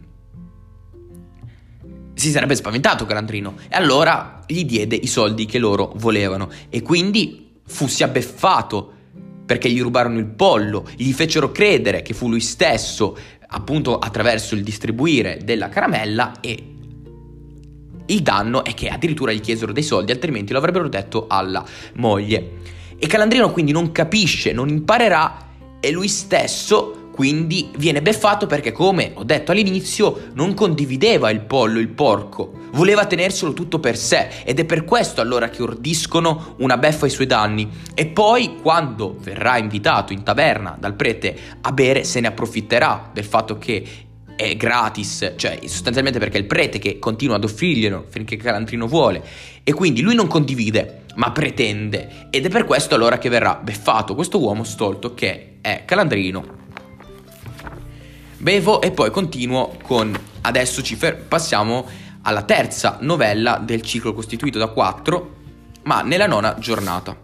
si sarebbe spaventato Calandrino, e allora gli diede i soldi che loro volevano, e quindi fu sia beffato perché gli rubarono il pollo, gli fecero credere che fu lui stesso, appunto attraverso il distribuire della caramella, e il danno è che addirittura gli chiesero dei soldi, altrimenti lo avrebbero detto alla moglie. E Calandrino quindi non capisce, non imparerà, e lui stesso quindi viene beffato perché, come ho detto all'inizio, non condivideva il pollo, il porco, voleva tenerselo tutto per sé, ed è per questo allora che ordiscono una beffa ai suoi danni. E poi, quando verrà invitato in taverna dal prete a bere, se ne approfitterà del fatto che è gratis, cioè sostanzialmente perché è il prete che continua ad offrirglielo finché Calandrino vuole, e quindi lui non condivide ma pretende, ed è per questo allora che verrà beffato questo uomo stolto che è Calandrino. Bevo e poi continuo con, adesso ci fer- passiamo alla terza novella del ciclo costituito da quattro, ma nella nona giornata.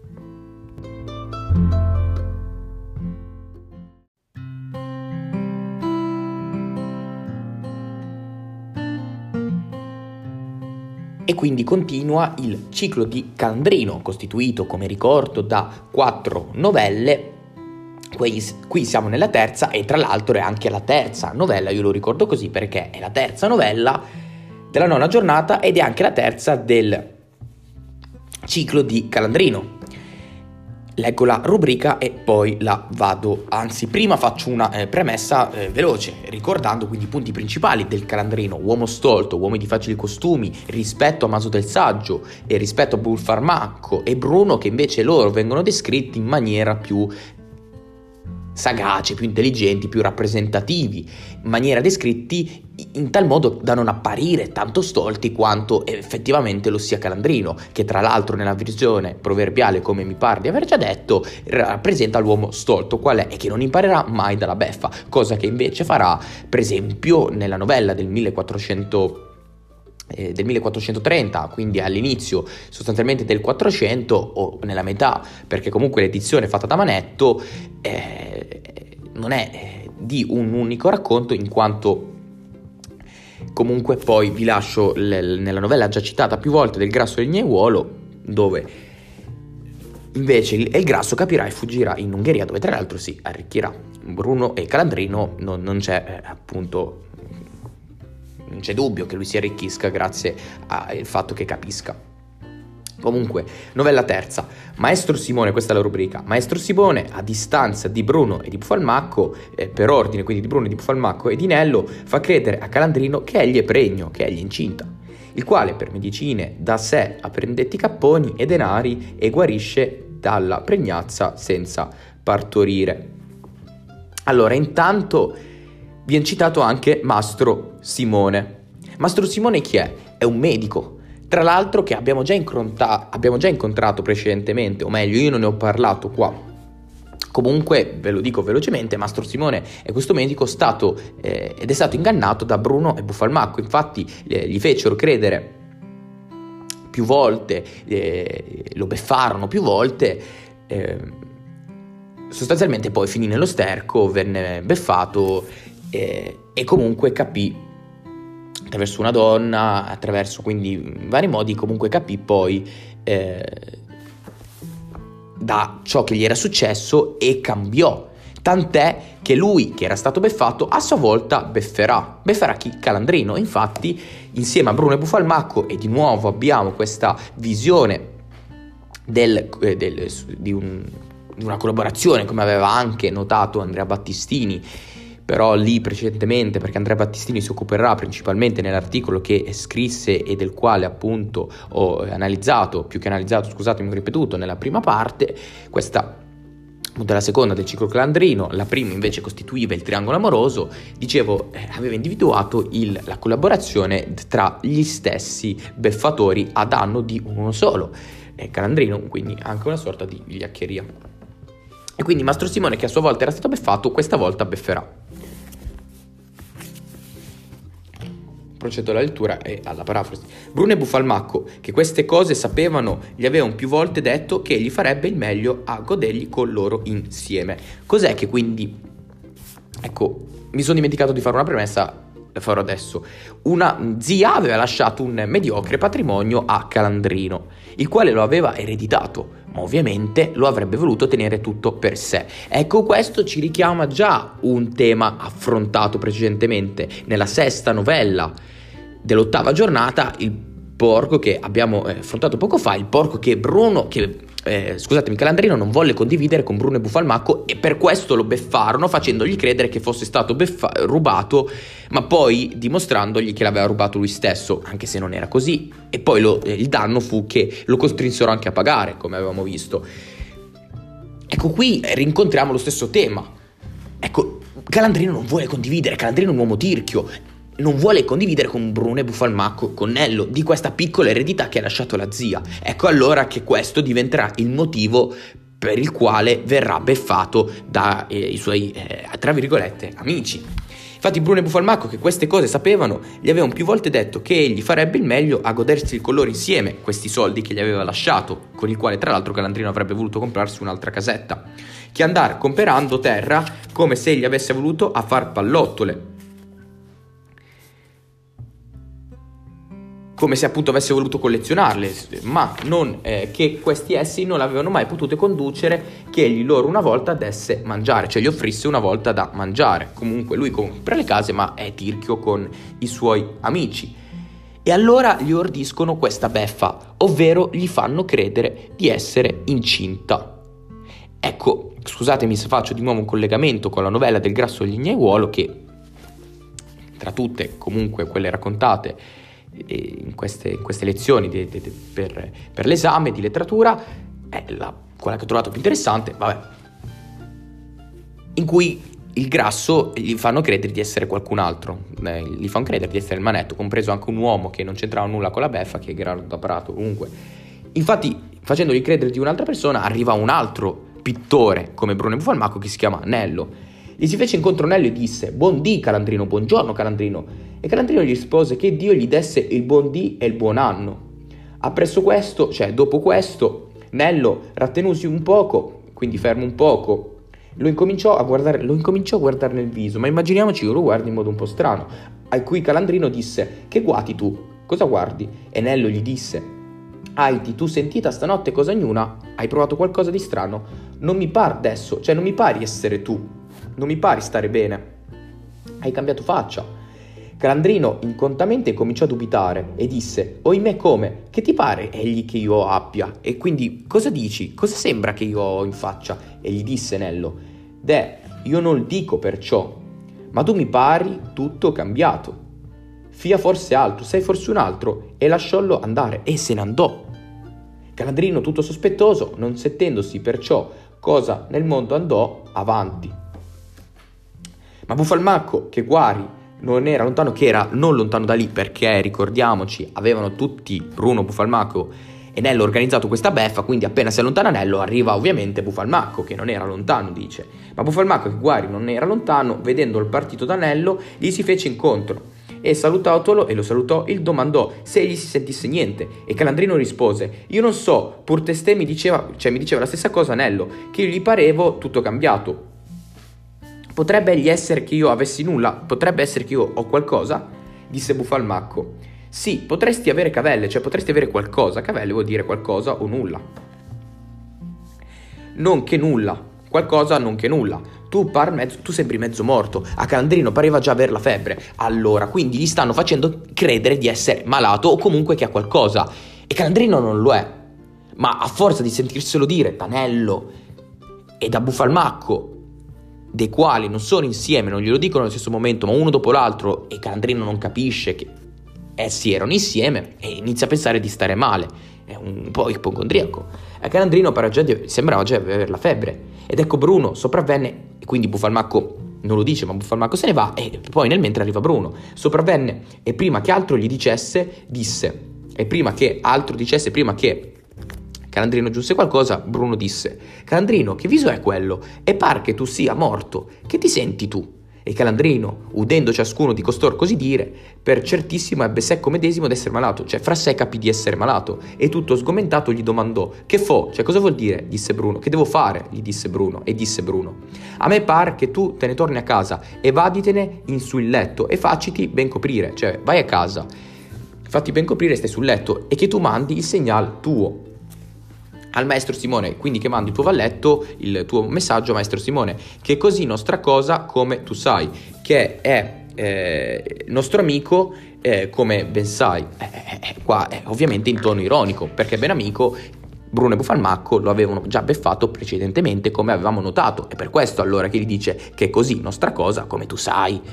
E quindi continua il ciclo di Calandrino, costituito, come ricordo, da quattro novelle. Qui, qui siamo nella terza, e tra l'altro è anche la terza novella, io lo ricordo così perché è la terza novella della nona giornata ed è anche la terza del ciclo di Calandrino. Leggo la rubrica e poi la vado, anzi prima faccio una eh, premessa eh, veloce, ricordando quindi i punti principali del Calandrino: uomo stolto, uomo di facili costumi, rispetto a Maso del Saggio e rispetto a Buffalmacco e Bruno, che invece loro vengono descritti in maniera più sagaci, più intelligenti, più rappresentativi, in maniera descritti in tal modo da non apparire tanto stolti quanto effettivamente lo sia Calandrino, che tra l'altro nella visione proverbiale, come mi pare di aver già detto, rappresenta l'uomo stolto qual è e che non imparerà mai dalla beffa, cosa che invece farà per esempio nella novella del millequattrocento eh, del millequattrocentotrenta, quindi all'inizio sostanzialmente del quattrocento o nella metà, perché comunque l'edizione fatta da Manetto eh, non è eh, di un unico racconto, in quanto comunque poi vi lascio l- nella novella già citata più volte del Grasso e il Gnevuolo, dove invece il, il Grasso capirà e fuggirà in Ungheria, dove tra l'altro si arricchirà. Bruno e Calandrino non, non c'è eh, appunto non c'è dubbio che lui si arricchisca grazie al fatto che capisca. Comunque, novella terza. Maestro Simone, questa è la rubrica. Maestro Simone, a distanza di Bruno e di Buffalmacco, eh, per ordine quindi di Bruno e di Buffalmacco e di Nello, fa credere a Calandrino che egli è pregno, che egli è incinta, il quale per medicine da sé appendetti capponi e denari e guarisce dalla pregnazza senza partorire. Allora, intanto viene citato anche Mastro Simone. Mastro Simone chi è? È un medico, tra l'altro, che abbiamo già, incontra- abbiamo già incontrato precedentemente, o meglio io non ne ho parlato qua. Comunque ve lo dico velocemente: Mastro Simone è questo medico stato eh, ed è stato ingannato da Bruno e Buffalmacco. Infatti eh, gli fecero credere più volte, eh, lo beffarono più volte, eh, sostanzialmente poi finì nello sterco, venne beffato eh, e comunque capì attraverso una donna, attraverso quindi in vari modi, comunque capì poi eh, da ciò che gli era successo e cambiò. Tant'è che lui, che era stato beffato, a sua volta befferà. Befferà chi? Calandrino. Infatti, insieme a Bruno e Buffalmacco, e di nuovo abbiamo questa visione del, eh, del, di, un, di una collaborazione, come aveva anche notato Andrea Battistini, però lì precedentemente, perché Andrea Battistini si occuperà principalmente nell'articolo che scrisse e del quale appunto ho analizzato, più che analizzato, scusatemi, ho ripetuto nella prima parte, questa della seconda del ciclo calandrino. La prima invece costituiva il triangolo amoroso, dicevo, eh, aveva individuato il, la collaborazione tra gli stessi beffatori a danno di uno solo, eh, Calandrino, quindi anche una sorta di vigliaccheria. E quindi Mastro Simone, che a sua volta era stato beffato, questa volta befferà. Procedo alla lettura e alla parafrasi. Bruno e Buffalmacco, che queste cose sapevano, gli avevano più volte detto che gli farebbe il meglio a godergli con loro insieme. Cos'è che quindi... Ecco, mi sono dimenticato di fare una premessa, la farò adesso. Una zia aveva lasciato un mediocre patrimonio a Calandrino, il quale lo aveva ereditato, ma ovviamente lo avrebbe voluto tenere tutto per sé. Ecco, questo ci richiama già un tema affrontato precedentemente nella sesta novella dell'ottava giornata, il porco che abbiamo eh, affrontato poco fa, il porco che Bruno, che eh, scusatemi, Calandrino non volle condividere con Bruno e Buffalmacco, e per questo lo beffarono, facendogli credere che fosse stato beffa- rubato, ma poi dimostrandogli che l'aveva rubato lui stesso, anche se non era così. E poi lo, eh, il danno fu che lo costrinsero anche a pagare, come avevamo visto. Ecco, qui rincontriamo lo stesso tema. Ecco, Calandrino non vuole condividere, Calandrino è un uomo tirchio, non vuole condividere con Bruno e Buffalmacco, con Nello, di questa piccola eredità che ha lasciato la zia. Ecco allora che questo diventerà il motivo per il quale verrà beffato dai eh, suoi, eh, tra virgolette, amici. Infatti Bruno e Buffalmacco, che queste cose sapevano, gli avevano più volte detto che egli farebbe il meglio a godersi con loro insieme questi soldi che gli aveva lasciato, con il quale tra l'altro Calandrino avrebbe voluto comprarsi un'altra casetta, che andare comperando terra come se egli avesse voluto a far pallottole, come se appunto avesse voluto collezionarle, ma non eh, che questi essi non avevano mai potuto conducere che egli loro una volta desse mangiare, cioè gli offrisse una volta da mangiare. Comunque lui compra le case, ma è tirchio con i suoi amici. E allora gli ordiscono questa beffa, ovvero gli fanno credere di essere incinta. Ecco, scusatemi se faccio di nuovo un collegamento con la novella del Grasso Lignaiuolo, che tra tutte comunque quelle raccontate in queste, in queste lezioni de, de, de, per, per l'esame di letteratura è la, quella che ho trovato più interessante, vabbè, in cui il Grasso gli fanno credere di essere qualcun altro, eh, gli fanno credere di essere il Manetto, compreso anche un uomo che non c'entrava nulla con la beffa, che era d'apparato comunque. Infatti, facendogli credere di un'altra persona, arriva un altro pittore come Bruno e Buffalmacco che si chiama Nello. Gli si fece incontro Nello e disse: buon dì Calandrino, buongiorno Calandrino. E Calandrino gli rispose che Dio gli desse il buon dì e il buon anno. Appresso questo, cioè dopo questo, Nello rattenusi un poco, quindi fermo un poco, lo incominciò a guardare, lo incominciò a guardare nel viso, ma immaginiamoci che lo guardi in modo un po' strano, a cui Calandrino disse: che guati tu? Cosa guardi? E Nello gli disse: Aiti, tu sentita stanotte cosa ognuna? Hai provato qualcosa di strano? Non mi par adesso, cioè non mi pari essere tu, non mi pari stare bene. Hai cambiato faccia. Calandrino incontamente cominciò a dubitare e disse: oimè, come? Che ti pare egli che io abbia? E quindi cosa dici? Cosa sembra che io ho in faccia? E gli disse Nello: deh, io non il dico perciò, ma tu mi pari tutto cambiato. Fia forse altro, sei forse un altro? E lasciollo andare, e se ne andò. Calandrino, tutto sospettoso, non sentendosi perciò cosa nel mondo, andò avanti. Ma Buffalmacco, che guari, non era lontano, che era non lontano da lì, perché ricordiamoci, avevano tutti, Bruno, Buffalmacco e Nello, organizzato questa beffa, quindi appena si allontana Nello arriva ovviamente Buffalmacco, che non era lontano, dice. Ma Buffalmacco, che guari non era lontano, vedendo il partito da Nello, gli si fece incontro e salutatolo, e lo salutò, il domandò se egli si sentisse niente, e Calandrino rispose: io non so, pur testè mi diceva, cioè mi diceva la stessa cosa Nello, che io gli parevo tutto cambiato. Potrebbe egli essere che io avessi nulla? Potrebbe essere che io ho qualcosa? Disse Buffalmacco. Sì, potresti avere cavelle, cioè potresti avere qualcosa. Cavelle vuol dire qualcosa o nulla. Non che nulla, qualcosa non che nulla. Tu, par mezzo, tu sembri mezzo morto. A Calandrino pareva già aver la febbre. Allora, quindi gli stanno facendo credere di essere malato o comunque che ha qualcosa. E Calandrino non lo è. Ma a forza di sentirselo dire da Nello e da Buffalmacco, dei quali non sono insieme, non glielo dicono allo stesso momento, ma uno dopo l'altro, e Calandrino non capisce che essi erano insieme e inizia a pensare di stare male. È un po' ipocondriaco. A Calandrino già di, sembrava già avere la febbre. Ed ecco Bruno sopravvenne, e quindi Buffalmacco non lo dice, ma Buffalmacco se ne va, e poi nel mentre arriva Bruno. Sopravvenne e prima che altro gli dicesse, disse, e prima che altro dicesse, prima che Calandrino giunse qualcosa, Bruno disse: Calandrino, che viso è quello? E par che tu sia morto, che ti senti tu? E Calandrino, udendo ciascuno di costor così dire, per certissimo ebbe secco medesimo d'essere malato, cioè fra sé capì di essere malato, e tutto sgomentato gli domandò: che fo? Cioè cosa vuol dire? Disse Bruno. Che devo fare? Gli disse Bruno, e disse Bruno: a me par che tu te ne torni a casa e vaditene in su il letto e facciti ben coprire, cioè vai a casa, fatti ben coprire e stai sul letto, e che tu mandi il segnal tuo al maestro Simone, quindi che mandi il tuo valletto, il tuo messaggio maestro Simone, che così nostra cosa come tu sai, che è eh, nostro amico eh, come ben sai. Eh, eh, eh, qua è ovviamente in tono ironico, perché ben amico Bruno e Buffalmacco lo avevano già beffato precedentemente, come avevamo notato, e per questo allora che gli dice che è così nostra cosa come tu sai.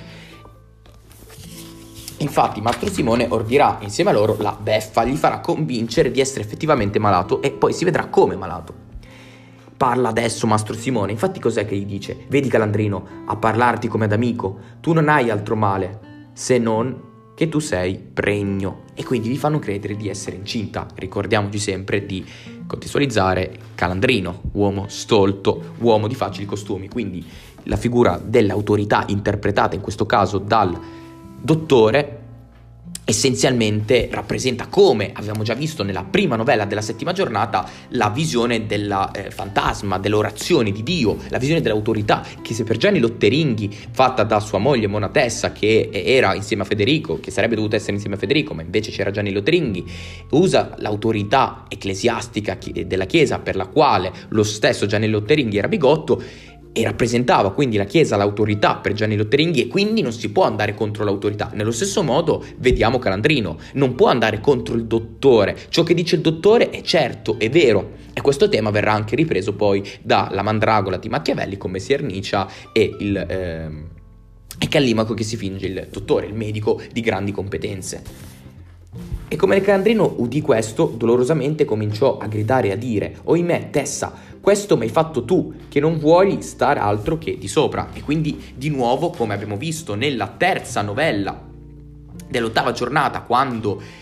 Infatti Mastro Simone ordirà insieme a loro la beffa, gli farà convincere di essere effettivamente malato e poi si vedrà come malato. Parla adesso Mastro Simone, infatti cos'è che gli dice? Vedi Calandrino, a parlarti come ad amico, tu non hai altro male se non che tu sei pregno, e quindi gli fanno credere di essere incinta. Ricordiamoci sempre di contestualizzare Calandrino, uomo stolto, uomo di facili costumi, quindi la figura dell'autorità interpretata in questo caso dal dottore essenzialmente rappresenta, come avevamo già visto nella prima novella della settima giornata, la visione del eh, fantasma, dell'orazione di Dio, la visione dell'autorità che se per Gianni Lotteringhi, fatta da sua moglie Monatessa, che era insieme a Federico, che sarebbe dovuta essere insieme a Federico, ma invece c'era Gianni Lotteringhi, usa l'autorità ecclesiastica della Chiesa per la quale lo stesso Gianni Lotteringhi era bigotto, e rappresentava quindi la Chiesa l'autorità per Gianni Lotteringhi, e quindi non si può andare contro l'autorità. Nello stesso modo vediamo Calandrino, non può andare contro il dottore, ciò che dice il dottore è certo, è vero, e questo tema verrà anche ripreso poi dalla Mandragola di Machiavelli con Messer Niccia e il ehm, e Callimaco che si finge il dottore, il medico di grandi competenze. E come Calandrino udì questo, dolorosamente cominciò a gridare e a dire: oimè Tessa, questo m'hai fatto tu, che non vuoi star altro che di sopra. E quindi di nuovo, come abbiamo visto nella terza novella dell'ottava giornata, quando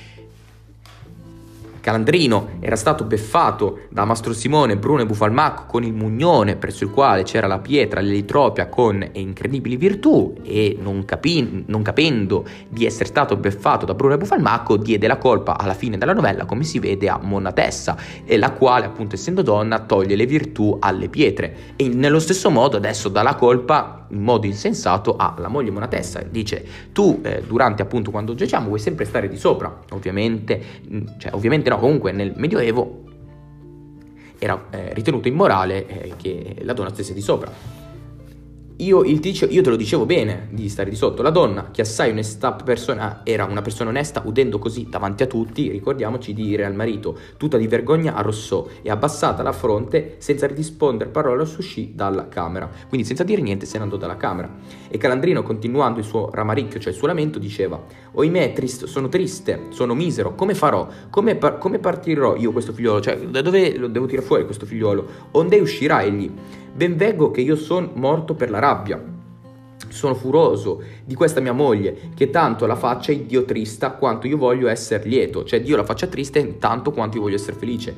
Calandrino era stato beffato da Mastro Simone, Bruno e Buffalmacco con il mugnone presso il quale c'era la pietra, l'elitropia con incredibili virtù, e non, capi- non capendo di essere stato beffato da Bruno e Buffalmacco, diede la colpa alla fine della novella, come si vede, a Monatessa, e la quale appunto essendo donna toglie le virtù alle pietre, e nello stesso modo adesso dà la colpa in modo insensato alla moglie Monatessa. Dice: tu eh, durante appunto quando giaciamo vuoi sempre stare di sopra. Ovviamente, cioè ovviamente no, comunque nel Medioevo era eh, ritenuto immorale eh, che la donna stesse di sopra. Io, il dice, io te lo dicevo bene di stare di sotto. La donna, che assai onesta persona, era una persona onesta, udendo così davanti a tutti, ricordiamoci di dire al marito, tutta di vergogna arrossò e abbassata la fronte senza rispondere parola uscì dalla camera. Quindi senza dire niente se ne andò dalla camera. E Calandrino, continuando il suo ramaricchio, cioè il suo lamento, diceva: oimè, trist, sono triste, sono misero, come farò? Come, par- come partirò io questo figliolo? Cioè da dove lo devo tirare fuori questo figliolo? Onde uscirà egli? Ben veggo che io son morto per la rabbia, sono furoso di questa mia moglie, che tanto la faccia è Dio trista quanto io voglio essere lieto, cioè Dio la faccia triste tanto quanto io voglio essere felice.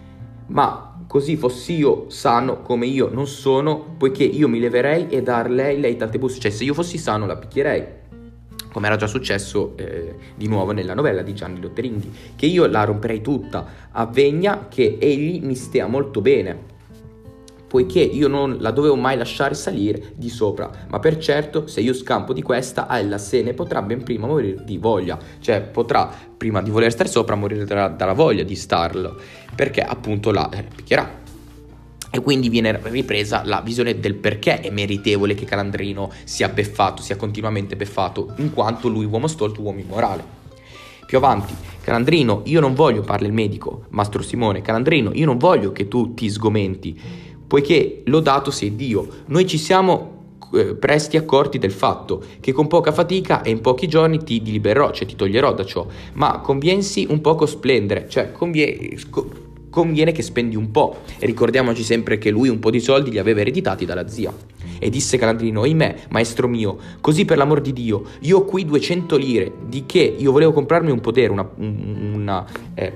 Ma così fossi io sano come io non sono, poiché io mi leverei e dar lei lei tante busse, cioè se io fossi sano la picchierei. come era già successo eh, di nuovo nella novella di Gianni Lotteringhi, che io la romperei tutta a Vegna che egli mi stia molto bene, poiché io non la dovevo mai lasciare salire di sopra, ma per certo se io scampo di questa, ella se ne potrà ben prima morire di voglia, cioè potrà prima di voler stare sopra morire dalla, dalla voglia di starlo, perché appunto la eh, picchierà. E quindi viene ripresa la visione del perché è meritevole che Calandrino sia beffato, sia continuamente beffato, in quanto lui uomo stolto, uomo immorale. Più avanti, Calandrino, io non voglio, parla il medico, Mastro Simone, Calandrino, io non voglio che tu ti sgomenti, poiché lodato sei Dio. Noi ci siamo eh, presti accorti del fatto che con poca fatica e in pochi giorni ti libererò, cioè ti toglierò da ciò, ma conviensi un poco splendere, cioè conviene... Sc- conviene che spendi un po', e ricordiamoci sempre che lui un po' di soldi li aveva ereditati dalla zia. E disse Calandrino: ahimè, maestro mio, così per l'amor di Dio, io ho qui duecento lire, di che io volevo comprarmi un podere, una, una eh,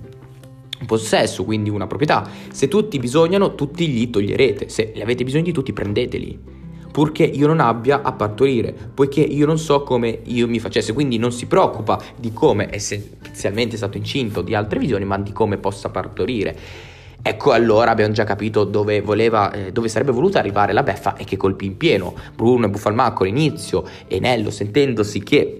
un possesso, quindi una proprietà. Se tutti bisognano, tutti gli toglierete, se ne avete bisogno di tutti, prendeteli, purché io non abbia a partorire, poiché io non so come io mi facesse. Quindi non si preoccupa di come essenzialmente è stato incinto, di altre visioni, ma di come possa partorire. Ecco, allora abbiamo già capito dove voleva, eh, dove sarebbe voluta arrivare la beffa, e che colpì in pieno Bruno e Buffalmacco all'inizio, e Nello, sentendosi che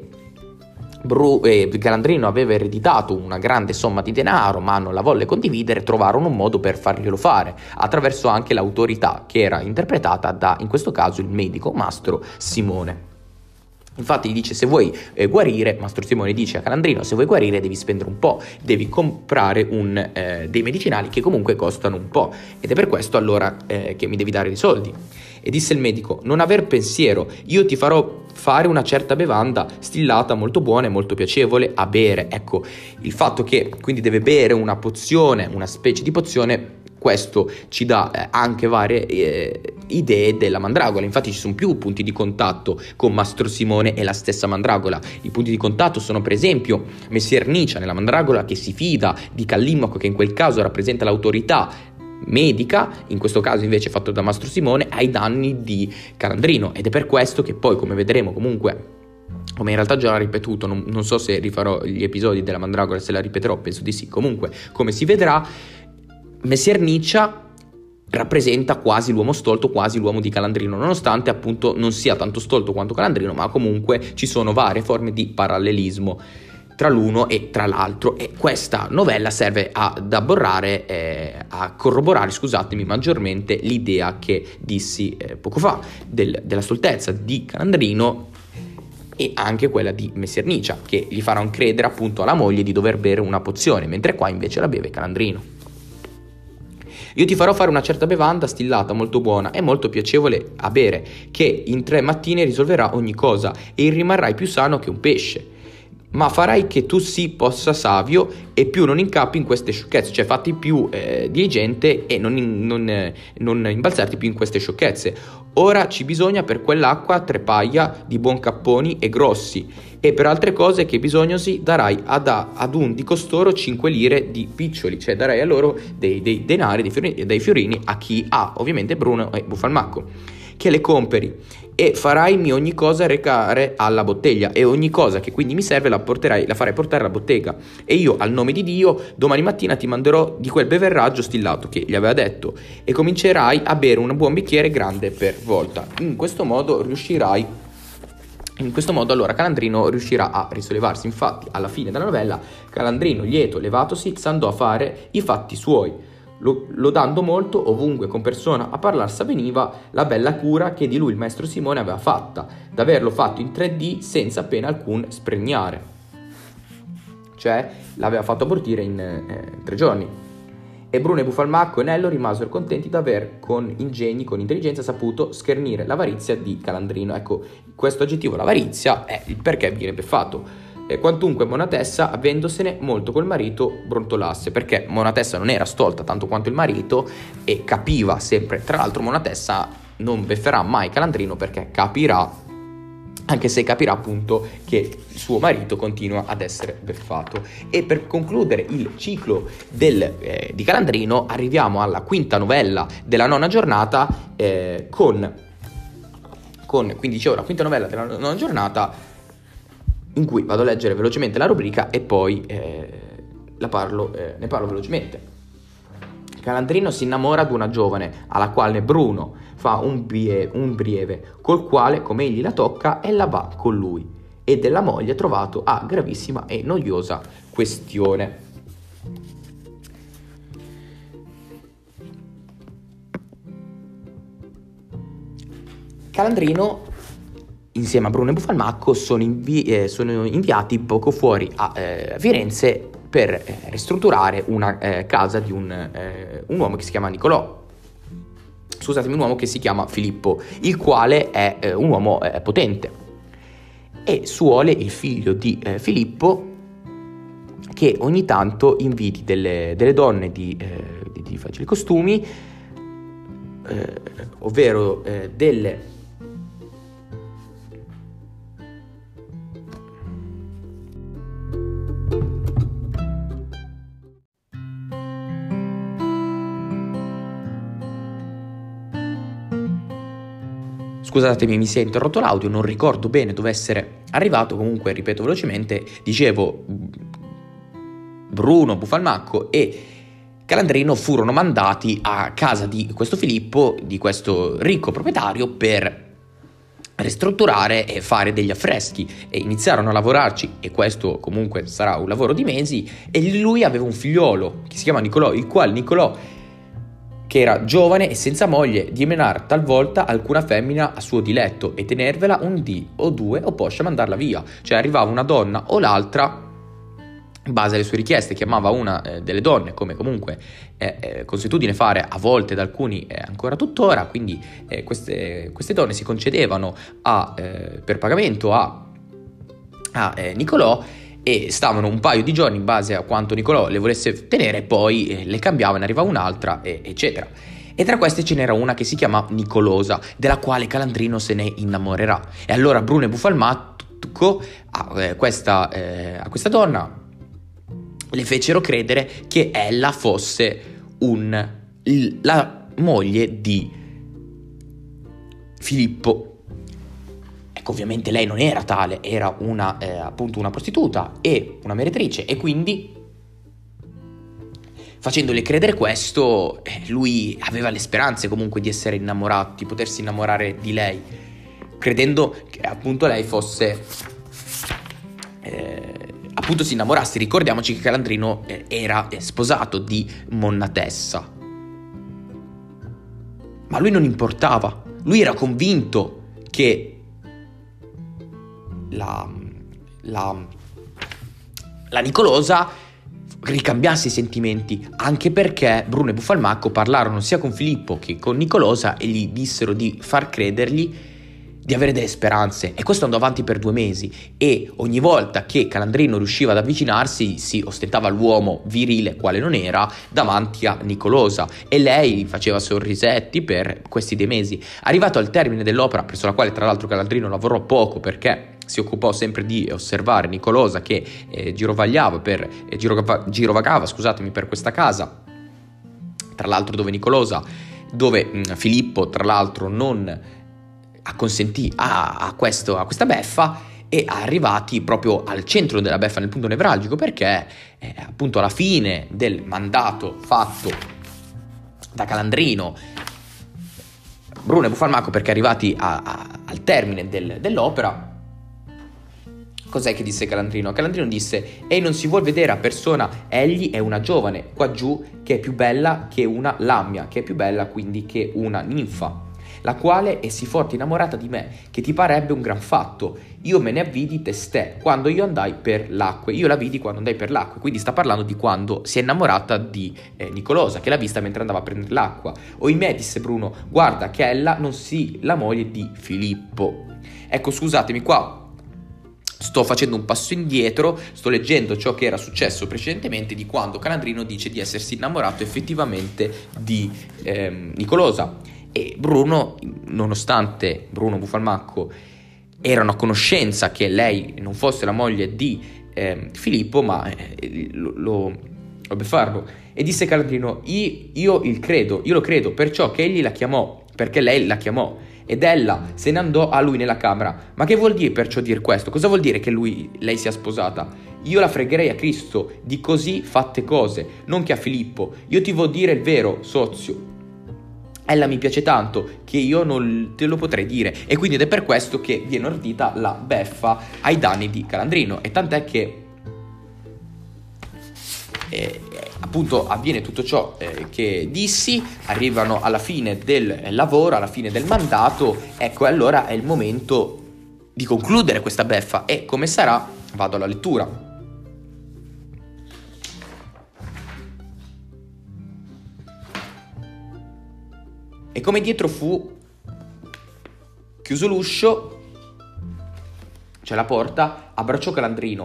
Bru- eh, Calandrino aveva ereditato una grande somma di denaro ma non la volle condividere, trovarono un modo per farglielo fare, attraverso anche l'autorità che era interpretata da, in questo caso, il medico Mastro Simone. Infatti gli dice: se vuoi eh, guarire, Mastro Simone dice a Calandrino: se vuoi guarire devi spendere un po', devi comprare un, eh, dei medicinali che comunque costano un po', ed è per questo allora eh, che mi devi dare dei soldi. E disse il medico: non aver pensiero, io ti farò fare una certa bevanda stillata molto buona e molto piacevole a bere. Ecco, il fatto che quindi deve bere una pozione, una specie di pozione, questo ci dà eh, anche varie eh, idee della mandragola. Infatti ci sono più punti di contatto con Mastro Simone e la stessa mandragola. I punti di contatto sono per esempio Messer Nicia nella mandragola, che si fida di Callimaco, che in quel caso rappresenta l'autorità medica, in questo caso invece fatto da Mastro Simone, ai danni di Calandrino. Ed è per questo che poi, come vedremo, comunque, come in realtà già l'ha ripetuto, non, non so se rifarò gli episodi della mandragola, se la ripeterò, penso di sì, comunque come si vedrà Messer Niccia rappresenta quasi l'uomo stolto, quasi l'uomo di Calandrino, nonostante appunto non sia tanto stolto quanto Calandrino, ma comunque ci sono varie forme di parallelismo tra l'uno e tra l'altro, e questa novella serve ad aborrare, eh, a corroborare, scusatemi, maggiormente l'idea che dissi eh, poco fa del, della stoltezza di Calandrino, e anche quella di Messer Niccia, che gli farà credere appunto alla moglie di dover bere una pozione, mentre qua invece la beve Calandrino. Io ti farò fare una certa bevanda stillata molto buona e molto piacevole a bere, che in tre mattine risolverà ogni cosa, e rimarrai più sano che un pesce. Ma farai che tu si possa savio e più non incappi in queste sciocchezze, cioè fatti più eh, diligente e non, in, non, eh, non imbalzarti più in queste sciocchezze. Ora ci bisogna per quell'acqua tre paia di buon capponi e grossi, e per altre cose che bisognosi darai ad, ad un di costoro cinque lire di piccioli, cioè darai a loro dei, dei denari, dei fiorini, dei fiorini a chi ha, ovviamente Bruno e Buffalmacco, che le comperi, e faraimi ogni cosa recare alla bottega, e ogni cosa che quindi mi serve la porterai, la farai portare alla bottega, e io al nome di Dio domani mattina ti manderò di quel beverraggio stillato che gli aveva detto, e comincerai a bere un buon bicchiere grande per volta. In questo modo riuscirai In questo modo allora Calandrino riuscirà a risollevarsi. Infatti alla fine della novella Calandrino, lieto levatosi, s'andò a fare i fatti suoi, lodando molto ovunque con persona a parlarsi avveniva la bella cura che di lui il maestro Simone aveva fatta, d'averlo fatto in tre D senza appena alcun spregnare, cioè l'aveva fatto abortire in eh, tre giorni. E Bruno e Buffalmacco e Nello rimasero contenti d'aver con ingegni, con intelligenza saputo schernire l'avarizia di Calandrino. Ecco, questo aggettivo, l'avarizia, è il perché viene beffato. E quantunque Monatessa, avendosene molto col marito, brontolasse, perché Monatessa non era stolta tanto quanto il marito e capiva sempre. Tra l'altro Monatessa non befferà mai Calandrino, perché capirà, anche se capirà appunto che il suo marito continua ad essere beffato. E per concludere il ciclo del, eh, di Calandrino arriviamo alla quinta novella della nona giornata, eh, con, con, quindi dicevo, la quinta novella della nona giornata in cui vado a leggere velocemente la rubrica e poi eh, la parlo, eh, ne parlo velocemente. Calandrino si innamora di una giovane alla quale Bruno fa un, bie- un brieve, col quale, come egli la tocca, ella va con lui, e della moglie trovato a gravissima e noiosa questione. Calandrino insieme a Bruno e Buffalmacco sono, invi- eh, sono inviati poco fuori a eh, Firenze per eh, ristrutturare una eh, casa di un, eh, un uomo che si chiama Nicolò. Scusatemi, un uomo che si chiama Filippo, il quale è eh, un uomo eh, potente. E suole il figlio di eh, Filippo che ogni tanto inviti delle, delle donne di, eh, di, di facili costumi, eh, ovvero eh, delle Scusatemi, mi si è interrotto l'audio, non ricordo bene dove essere arrivato, comunque ripeto velocemente, dicevo Bruno, Buffalmacco e Calandrino furono mandati a casa di questo Filippo, di questo ricco proprietario, per ristrutturare e fare degli affreschi, e iniziarono a lavorarci, e questo comunque sarà un lavoro di mesi, e lui aveva un figliolo che si chiama Nicolò, il quale Nicolò, che era giovane e senza moglie, di menar talvolta alcuna femmina a suo diletto e tenervela un dì o due o poscia mandarla via. Cioè arrivava una donna o l'altra, in base alle sue richieste, chiamava una eh, delle donne, come comunque è eh, consuetudine fare a volte da alcuni eh, ancora tuttora, quindi eh, queste, queste donne si concedevano a, eh, per pagamento a, a eh, Nicolò, e stavano un paio di giorni in base a quanto Nicolò le volesse tenere, poi eh, le cambiavano, arrivava un'altra, e, eccetera. E tra queste ce n'era una che si chiama Nicolosa, della quale Calandrino se ne innamorerà. E allora Bruno e Buffalmacco a, eh, questa, eh, a questa donna le fecero credere che ella fosse un, la moglie di Filippo. Ecco, ovviamente lei non era tale, era una, eh, appunto una prostituta e una meretrice, e quindi, facendole credere questo, eh, lui aveva le speranze comunque di essere innamorato, di potersi innamorare di lei, credendo che appunto lei fosse, eh, appunto si innamorasse. Ricordiamoci che Calandrino eh, era sposato di Monnatessa, ma a lui non importava, lui era convinto che La, la, la Nicolosa ricambiasse i sentimenti, anche perché Bruno e Buffalmacco parlarono sia con Filippo che con Nicolosa e gli dissero di far credergli di avere delle speranze, e questo andò avanti per due mesi, e ogni volta che Calandrino riusciva ad avvicinarsi si ostentava l'uomo virile quale non era davanti a Nicolosa, e lei faceva sorrisetti per questi dei mesi. Arrivato al termine dell'opera, presso la quale tra l'altro Calandrino lavorò poco perché si occupò sempre di osservare Nicolosa che eh, girovagliava per eh, girova, girovagava, scusatemi, per questa casa, tra l'altro dove Nicolosa, dove mh, Filippo tra l'altro non acconsentì a, a, questo, a questa beffa, e arrivati proprio al centro della beffa, nel punto nevralgico, perché eh, appunto alla fine del mandato fatto da Calandrino, Bruno e Buffalmacco, perché arrivati a, a, al termine del, dell'opera, cos'è che disse Calandrino? Calandrino disse: «Ei, non si vuol vedere a persona, egli è una giovane qua giù che è più bella che una lamia, che è più bella quindi che una ninfa, la quale è sì forte innamorata di me, che ti parebbe un gran fatto. Io me ne avvidi testè, quando io andai per l'acque, io la vidi quando andai per l'acque». Quindi sta parlando di quando si è innamorata di eh, Nicolosa, che l'ha vista mentre andava a prendere l'acqua. «Oimè», disse Bruno, «guarda che ella non si la moglie di Filippo». Ecco, scusatemi, qua sto facendo un passo indietro, sto leggendo ciò che era successo precedentemente, di quando Calandrino dice di essersi innamorato effettivamente di ehm, Nicolosa. E Bruno, nonostante Bruno Buffalmacco erano a conoscenza che lei non fosse la moglie di eh, Filippo, ma eh, lo, lo, lo beffarlo, e disse Calandrino: io, io il credo, io lo credo, perciò che egli la chiamò, perché lei la chiamò, ed ella se ne andò a lui nella camera. Ma che vuol dire perciò dir questo? Cosa vuol dire che lui, lei sia sposata? Io la fregherei a Cristo di così fatte cose, non che a Filippo. Io ti vuol dire il vero, sozio. Ella mi piace tanto che io non te lo potrei dire, e quindi ed è per questo che viene ordita la beffa ai danni di Calandrino, e tant'è che eh, appunto avviene tutto ciò eh, che dissi, arrivano alla fine del lavoro, alla fine del mandato, ecco, allora è il momento di concludere questa beffa, e come sarà vado alla lettura. E come dietro fu chiuso l'uscio, cioè la porta, abbracciò Calandrino.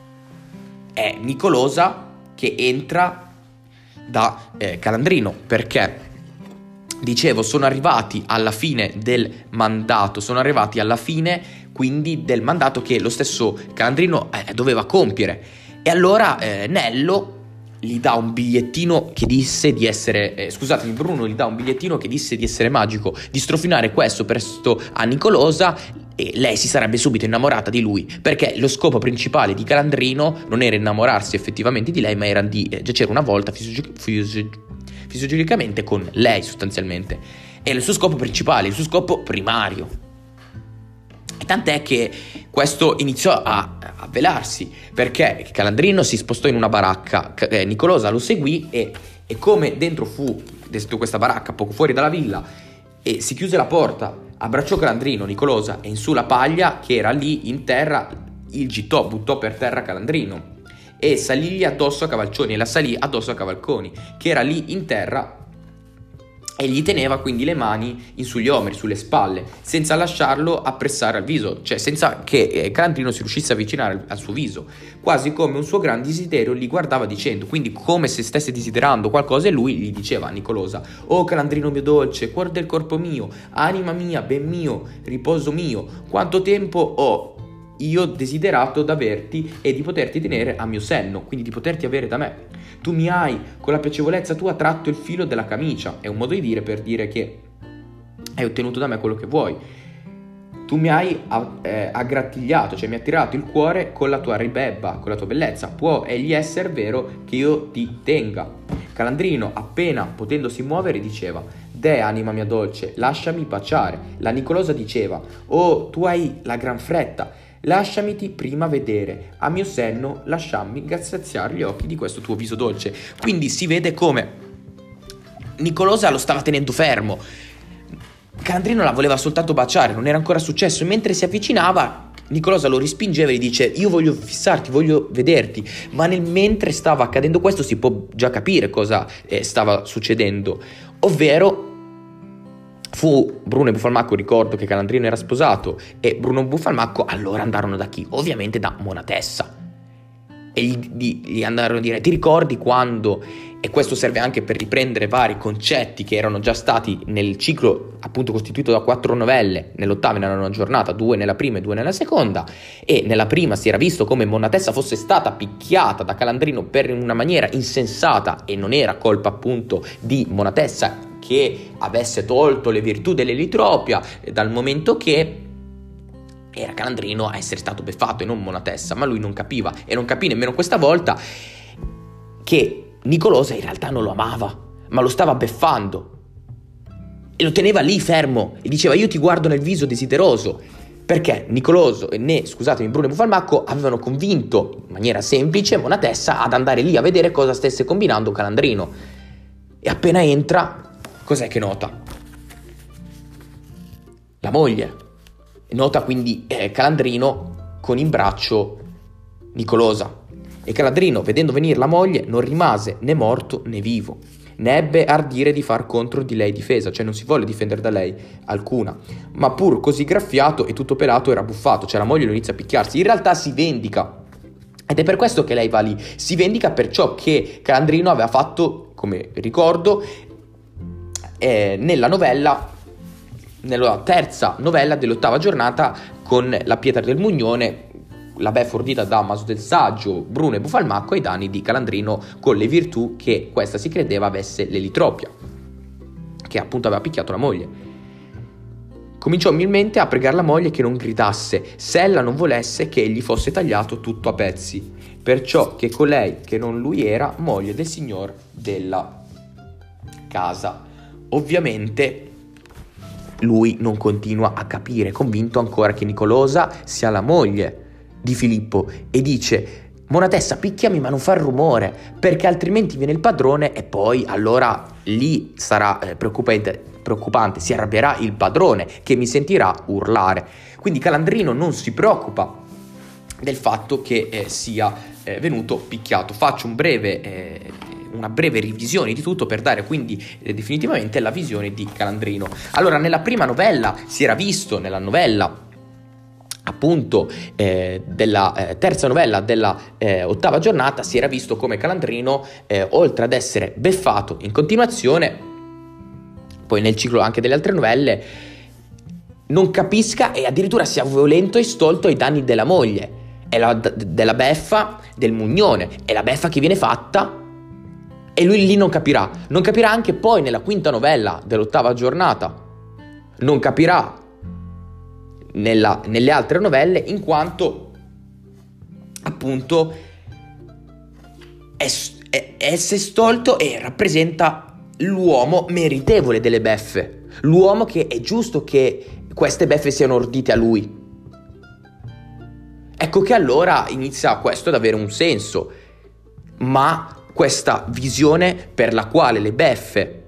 È Nicolosa che entra da eh, Calandrino, perché, dicevo, sono arrivati alla fine del mandato, sono arrivati alla fine quindi del mandato che lo stesso Calandrino eh, doveva compiere. E allora eh, Nello gli dà un bigliettino che disse di essere, eh, scusatemi, Bruno gli dà un bigliettino che disse di essere magico, di strofinare questo presto a Nicolosa, e lei si sarebbe subito innamorata di lui, perché lo scopo principale di Calandrino non era innamorarsi effettivamente di lei, ma era di eh, giacere una volta fisiologi- fisiologi- fisiologicamente con lei, sostanzialmente. È il suo scopo principale, il suo scopo primario. E tant'è che questo iniziò a, a velarsi, perché Calandrino si spostò in una baracca, eh, Nicolosa lo seguì, e, e come dentro fu dentro questa baracca, poco fuori dalla villa, e si chiuse la porta, abbracciò Calandrino, Nicolosa, e in su la paglia che era lì in terra il gittò, buttò per terra Calandrino, e salì addosso a Cavalcioni, e la salì addosso a Cavalconi, che era lì in terra, e gli teneva quindi le mani in sugli omeri, sulle spalle, senza lasciarlo appressare al viso, cioè senza che eh, Calandrino si riuscisse a avvicinare al, al suo viso, quasi come un suo gran desiderio li guardava dicendo, quindi come se stesse desiderando qualcosa, e lui gli diceva a Nicolosa: «Oh Calandrino mio dolce, cuor del corpo mio, anima mia, ben mio, riposo mio, quanto tempo ho io desiderato d'averti e di poterti tenere a mio senno, quindi di poterti avere da me. Tu mi hai, con la piacevolezza tua, tratto il filo della camicia». È un modo di dire per dire che hai ottenuto da me quello che vuoi. Tu mi hai eh, aggratigliato, cioè mi hai tirato il cuore con la tua ribebba, con la tua bellezza. Può egli essere vero che io ti tenga. Calandrino, appena potendosi muovere, diceva: «Deh, anima mia dolce, lasciami baciare». La Nicolosa diceva: «Oh, tu hai la gran fretta, lasciamiti prima vedere, a mio senno lasciammi graziare gli occhi di questo tuo viso dolce». Quindi si vede come Nicolosa lo stava tenendo fermo, Calandrino la voleva soltanto baciare, non era ancora successo, e mentre si avvicinava Nicolosa lo respingeva e gli dice: «Io voglio fissarti, voglio vederti». Ma nel mentre stava accadendo questo si può già capire cosa eh, stava succedendo, ovvero fu Bruno e Buffalmacco, ricordo che Calandrino era sposato, e Bruno e Buffalmacco allora andarono da chi? Ovviamente da Monatessa, e gli, gli, gli andarono a dire: «Ti ricordi quando…» E questo serve anche per riprendere vari concetti che erano già stati nel ciclo appunto costituito da quattro novelle, nell'ottava nella nona giornata, due nella prima e due nella seconda, e nella prima si era visto come Monatessa fosse stata picchiata da Calandrino per una maniera insensata, e non era colpa appunto di Monatessa che avesse tolto le virtù dell'elitropia, dal momento che era Calandrino a essere stato beffato e non Monatessa. Ma lui non capiva, e non capì nemmeno questa volta che Nicolosa in realtà non lo amava, ma lo stava beffando, e lo teneva lì fermo e diceva: «Io ti guardo nel viso desideroso», perché Nicoloso e né, scusatemi, Bruno e Buffalmacco avevano convinto in maniera semplice Monatessa ad andare lì a vedere cosa stesse combinando Calandrino. E appena entra, cos'è che nota? La moglie. Nota quindi eh, Calandrino con in braccio Nicolosa. E Calandrino, vedendo venire la moglie, non rimase né morto né vivo, né ebbe ardire di far contro di lei difesa, cioè non si volle difendere da lei alcuna, ma pur così graffiato e tutto pelato era buffato, cioè la moglie lo inizia a picchiarsi. In realtà si vendica, ed è per questo che lei va lì, si vendica per ciò che Calandrino aveva fatto, come ricordo, eh, nella novella, nella terza novella dell'ottava giornata, con la pietra del Mugnone, la beffa ordita da Maso del Saggio, Bruno e Buffalmacco ai danni di Calandrino, con le virtù che questa si credeva avesse l'elitropia, che appunto aveva picchiato la moglie. cominciò umilmente a pregare la moglie che non gridasse, se ella non volesse che egli fosse tagliato tutto a pezzi, perciò che colei che non lui era moglie del signor della casa. Ovviamente lui non continua a capire, convinto ancora che Nicolosa sia la moglie di Filippo, e dice: Monatessa, picchiami ma non far rumore, perché altrimenti viene il padrone e poi allora lì sarà eh, preoccupante, preoccupante, si arrabbierà il padrone che mi sentirà urlare. Quindi Calandrino non si preoccupa del fatto che eh, sia eh, venuto picchiato. Faccio un breve, eh, una breve revisione di tutto per dare quindi eh, definitivamente la visione di Calandrino. Allora, nella prima novella si era visto, nella novella appunto eh, della eh, terza novella della eh, ottava giornata, si era visto come Calandrino eh, oltre ad essere beffato in continuazione, poi nel ciclo anche delle altre novelle, non capisca e addirittura sia violento e stolto ai danni della moglie, è la, d- della beffa del mugnone, è la beffa che viene fatta e lui lì non capirà, non capirà anche poi nella quinta novella dell'ottava giornata, non capirà Nella, nelle altre novelle, in quanto appunto è, è, è essere stolto e rappresenta l'uomo meritevole delle beffe, l'uomo che è giusto che queste beffe siano ordite a lui. Ecco che allora inizia questo ad avere un senso, ma questa visione per la quale le beffe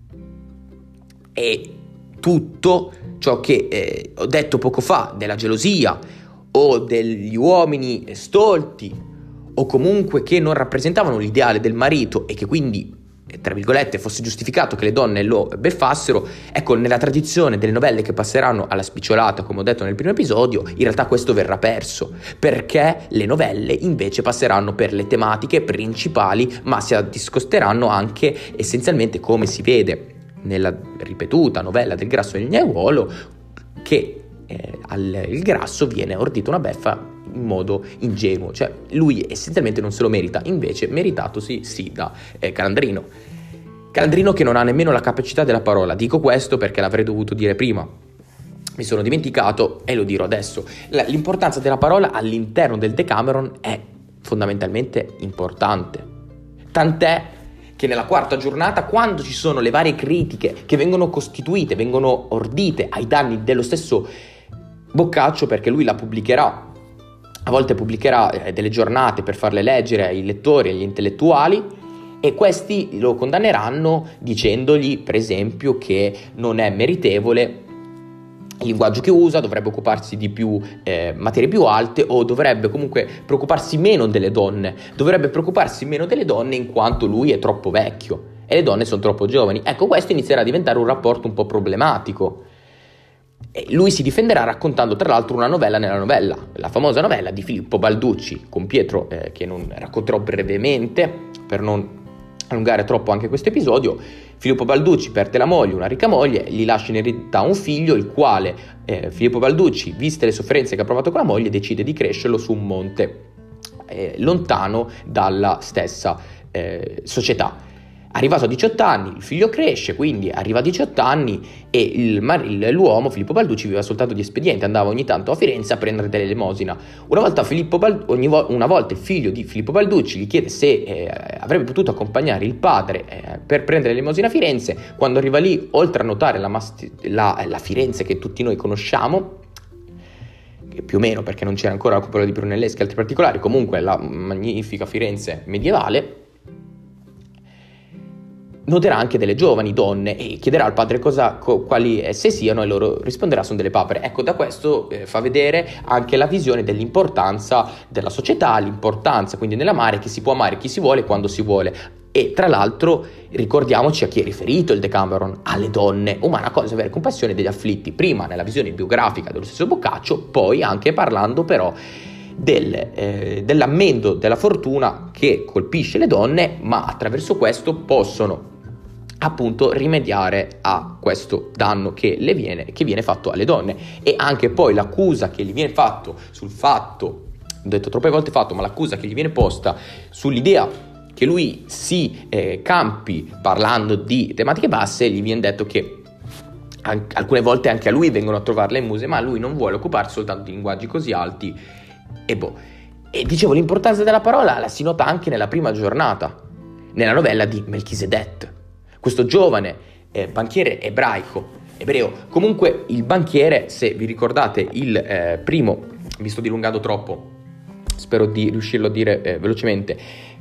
e tutto ciò che eh, ho detto poco fa della gelosia o degli uomini stolti o comunque che non rappresentavano l'ideale del marito e che quindi tra virgolette fosse giustificato che le donne lo beffassero, ecco, nella tradizione delle novelle che passeranno alla spicciolata, come ho detto nel primo episodio, in realtà questo verrà perso, perché le novelle invece passeranno per le tematiche principali, ma si discosteranno anche essenzialmente, come si vede nella ripetuta novella del grasso e il gnaiuolo, che eh, al il grasso viene ordita una beffa in modo ingenuo, cioè lui essenzialmente non se lo merita, invece meritatosi sì da eh, Calandrino. Calandrino che non ha nemmeno la capacità della parola. Dico questo perché l'avrei dovuto dire prima, mi sono dimenticato e lo dirò adesso. La, l'importanza della parola all'interno del Decameron è fondamentalmente importante, tant'è che nella quarta giornata, quando ci sono le varie critiche che vengono costituite, vengono ordite ai danni dello stesso Boccaccio, perché lui la pubblicherà, a volte pubblicherà eh, delle giornate per farle leggere ai lettori, agli intellettuali, e questi lo condanneranno dicendogli, per esempio, che non è meritevole il linguaggio che usa, dovrebbe occuparsi di più eh, materie più alte, o dovrebbe comunque preoccuparsi meno delle donne, dovrebbe preoccuparsi meno delle donne in quanto lui è troppo vecchio e le donne sono troppo giovani. Ecco, questo inizierà a diventare un rapporto un po' problematico. E lui si difenderà raccontando tra l'altro una novella nella novella, la famosa novella di Filippo Balducci con Pietro, eh, che non racconterò brevemente per non allungare troppo anche questo episodio. Filippo Balducci perde la moglie, una ricca moglie, gli lascia in eredità un figlio, il quale eh, Filippo Balducci, viste le sofferenze che ha provato con la moglie, decide di crescerlo su un monte eh, lontano dalla stessa eh, società. Arrivato a diciotto anni, il figlio cresce, quindi arriva a diciotto anni e il, il, l'uomo, Filippo Balducci, viveva soltanto di espediente, andava ogni tanto a Firenze a prendere dell'elemosina. Una volta, Filippo Bald- ogni vo- una volta il figlio di Filippo Balducci gli chiede se eh, avrebbe potuto accompagnare il padre eh, per prendere l'elemosina a Firenze. Quando arriva lì, oltre a notare la, masti- la, la Firenze che tutti noi conosciamo, che più o meno perché non c'era ancora la cupola di Brunelleschi e altri particolari, comunque la magnifica Firenze medievale, noterà anche delle giovani donne e chiederà al padre cosa, co, quali esse siano, e loro risponderà sono delle papere. Ecco, da questo eh, fa vedere anche la visione dell'importanza della società, l'importanza quindi nell'amare, che si può amare chi si vuole quando si vuole. E tra l'altro ricordiamoci a chi è riferito il Decameron: alle donne, umana cosa avere compassione degli afflitti, prima nella visione biografica dello stesso Boccaccio, poi anche parlando però Del, eh, dell'ammendo della fortuna che colpisce le donne, ma attraverso questo possono appunto rimediare a questo danno che le viene, che viene fatto alle donne. E anche poi l'accusa che gli viene fatto sul fatto, ho detto troppe volte fatto, ma l'accusa che gli viene posta sull'idea che lui si eh, campi parlando di tematiche basse, gli viene detto che An- alcune volte anche a lui vengono a trovare le muse, ma lui non vuole occuparsi soltanto di linguaggi così alti. E boh. E dicevo, l'importanza della parola la si nota anche nella prima giornata, nella novella di Melchisedec, questo giovane eh, banchiere ebraico, ebreo. Comunque il banchiere, se vi ricordate il eh, primo, mi sto dilungando troppo, spero di riuscirlo a dire eh, velocemente,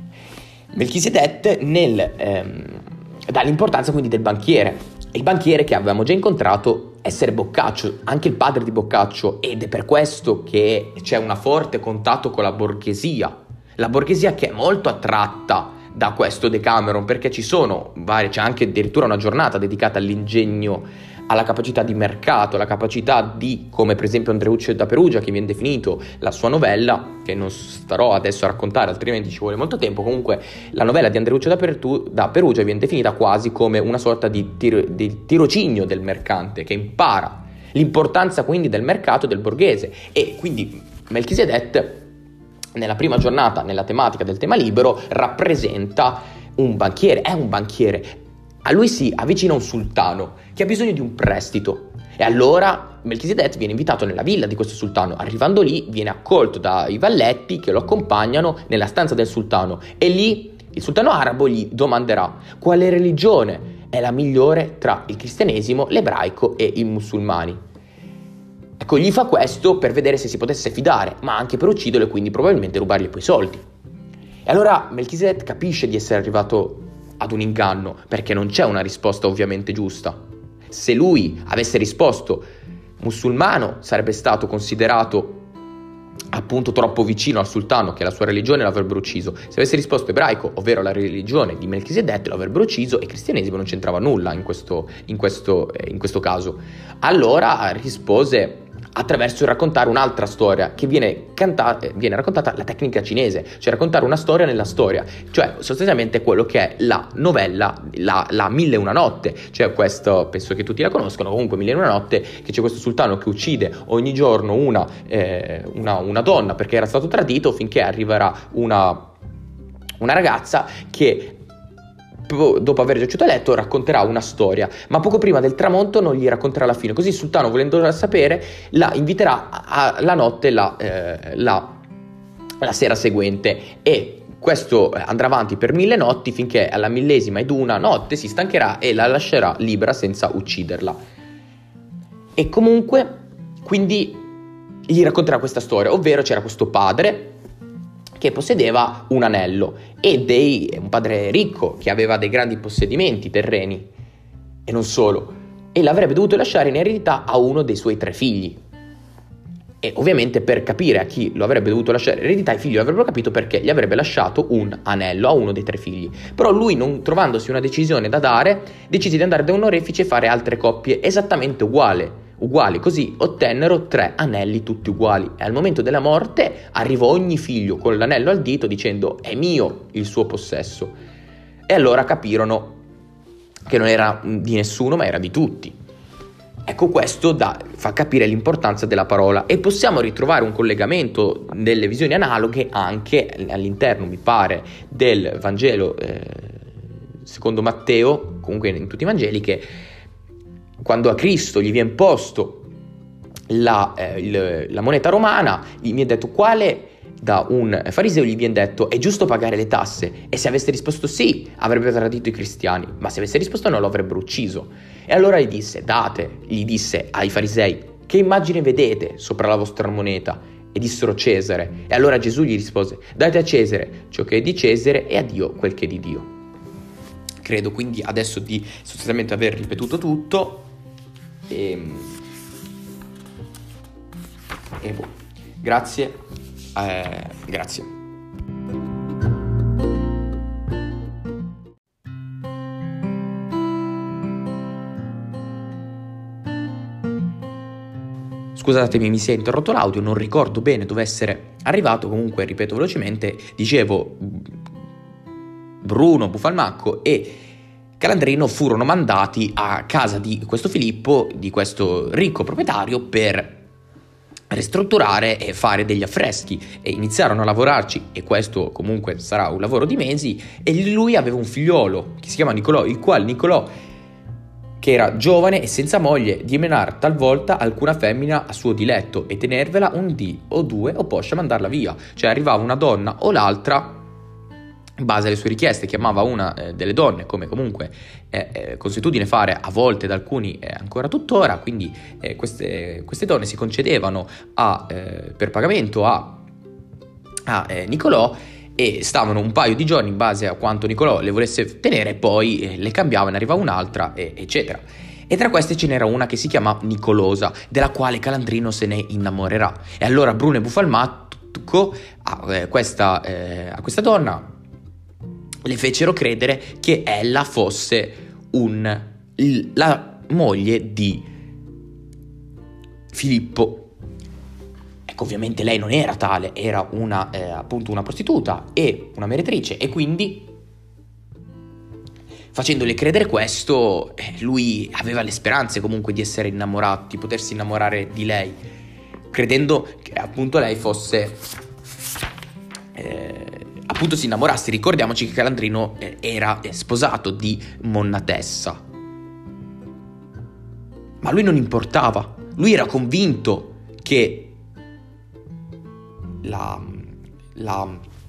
Melchisedec nel, ehm, dà l'importanza quindi del banchiere. Il banchiere che avevamo già incontrato essere Boccaccio, anche il padre di Boccaccio, ed è per questo che c'è un forte contatto con la borghesia, la borghesia che è molto attratta da questo Decameron, perché ci sono varie, c'è anche addirittura una giornata dedicata all'ingegno, alla capacità di mercato, alla capacità di, come per esempio Andreuccio da Perugia, che viene definito la sua novella, che non starò adesso a raccontare altrimenti ci vuole molto tempo. Comunque la novella di Andreuccio da, Pertu- da Perugia viene definita quasi come una sorta di, tiro- di tirocinio del mercante, che impara l'importanza quindi del mercato del borghese. E quindi Melchisedec nella prima giornata, nella tematica del tema libero, rappresenta un banchiere, è un banchiere. A lui si avvicina un sultano che ha bisogno di un prestito, e allora Melchisedec viene invitato nella villa di questo sultano. Arrivando lì viene accolto dai valletti che lo accompagnano nella stanza del sultano, e lì il sultano arabo gli domanderà quale religione è la migliore tra il cristianesimo, l'ebraico e i musulmani. Ecco, gli fa questo per vedere se si potesse fidare, ma anche per ucciderlo e quindi probabilmente rubargli poi i soldi. E allora Melchisedec capisce di essere arrivato ad un inganno, perché non c'è una risposta ovviamente giusta. Se lui avesse risposto musulmano, sarebbe stato considerato appunto troppo vicino al sultano, che la sua religione l'avrebbero ucciso. Se avesse risposto ebraico, ovvero la religione di Melchisedec, lo avrebbero ucciso, e il cristianesimo non c'entrava nulla in questo, in questo, eh, in questo caso. Allora rispose attraverso il raccontare un'altra storia che viene cantata, viene raccontata la tecnica cinese, cioè raccontare una storia nella storia, cioè sostanzialmente quello che è la novella, la, la Mille e una notte, cioè questo, penso che tutti la conoscono, comunque Mille e una notte, che c'è questo sultano che uccide ogni giorno una, eh, una, una donna perché era stato tradito, finché arriverà una, una ragazza che dopo aver giaciuto a letto racconterà una storia, ma poco prima del tramonto non gli racconterà la fine, così il sultano, volendo sapere, la inviterà alla notte la, eh, la, la sera seguente, e questo andrà avanti per mille notti finché alla millesima ed una notte si stancherà e la lascerà libera senza ucciderla. E comunque quindi gli racconterà questa storia, ovvero c'era questo padre che possedeva un anello, e dei, un padre ricco che aveva dei grandi possedimenti terreni, e non solo, e l'avrebbe dovuto lasciare in eredità a uno dei suoi tre figli. E ovviamente, per capire a chi lo avrebbe dovuto lasciare in eredità, i figli lo avrebbero capito, perché gli avrebbe lasciato un anello a uno dei tre figli. Però lui, non trovandosi una decisione da dare, decise di andare da un orefice e fare altre coppie esattamente uguali. uguali, così ottennero tre anelli tutti uguali, e al momento della morte arrivò ogni figlio con l'anello al dito dicendo è mio il suo possesso, e allora capirono che non era di nessuno ma era di tutti. Ecco, questo da, fa capire l'importanza della parola, e possiamo ritrovare un collegamento delle visioni analoghe anche all'interno, mi pare, del Vangelo eh, secondo Matteo, comunque in tutti i Vangeli, che quando a Cristo gli viene posto la, eh, il, la moneta romana, gli viene detto quale, da un fariseo gli viene detto è giusto pagare le tasse, e se avesse risposto sì avrebbe tradito i cristiani, ma se avesse risposto no lo avrebbero ucciso. E allora gli disse, date, gli disse ai farisei, che immagine vedete sopra la vostra moneta? E dissero Cesare. E allora Gesù gli rispose, date a Cesare ciò che è di Cesare e a Dio quel che è di Dio. Credo quindi adesso di sostanzialmente aver ripetuto tutto. E, e boh. Grazie, eh, grazie. Scusatemi, mi si è interrotto l'audio, non ricordo bene dove essere arrivato, comunque ripeto velocemente, dicevo Bruno Buffalmacco e Calandrino furono mandati a casa di questo Filippo, di questo ricco proprietario, per ristrutturare e fare degli affreschi, e iniziarono a lavorarci, e questo comunque sarà un lavoro di mesi, e lui aveva un figliolo che si chiama Nicolò, il quale Nicolò che era giovane e senza moglie, di menar talvolta alcuna femmina a suo diletto e tenervela un dì o due o poscia mandarla via. Cioè arrivava una donna o l'altra, in base alle sue richieste, chiamava una eh, delle donne, come comunque è eh, consuetudine fare a volte da alcuni eh, ancora tuttora, quindi eh, queste, queste donne si concedevano a, eh, per pagamento a, a eh, Nicolò, e stavano un paio di giorni in base a quanto Nicolò le volesse tenere, poi eh, le cambiavano, arrivava un'altra, e, eccetera. E tra queste ce n'era una che si chiama Nicolosa, della quale Calandrino se ne innamorerà. E allora Bruno e Buffalmacco a, eh, questa, eh, a questa donna le fecero credere che ella fosse un, la moglie di Filippo. Ovviamente lei non era tale, era una, eh, appunto una prostituta e una meretrice, e quindi facendole credere questo, eh, lui aveva le speranze comunque di essere innamorato, di potersi innamorare di lei, credendo che appunto lei fosse, eh, appunto si innamorasse. Ricordiamoci che Calandrino eh, era sposato di Monnatessa, ma lui non importava, lui era convinto che La, la,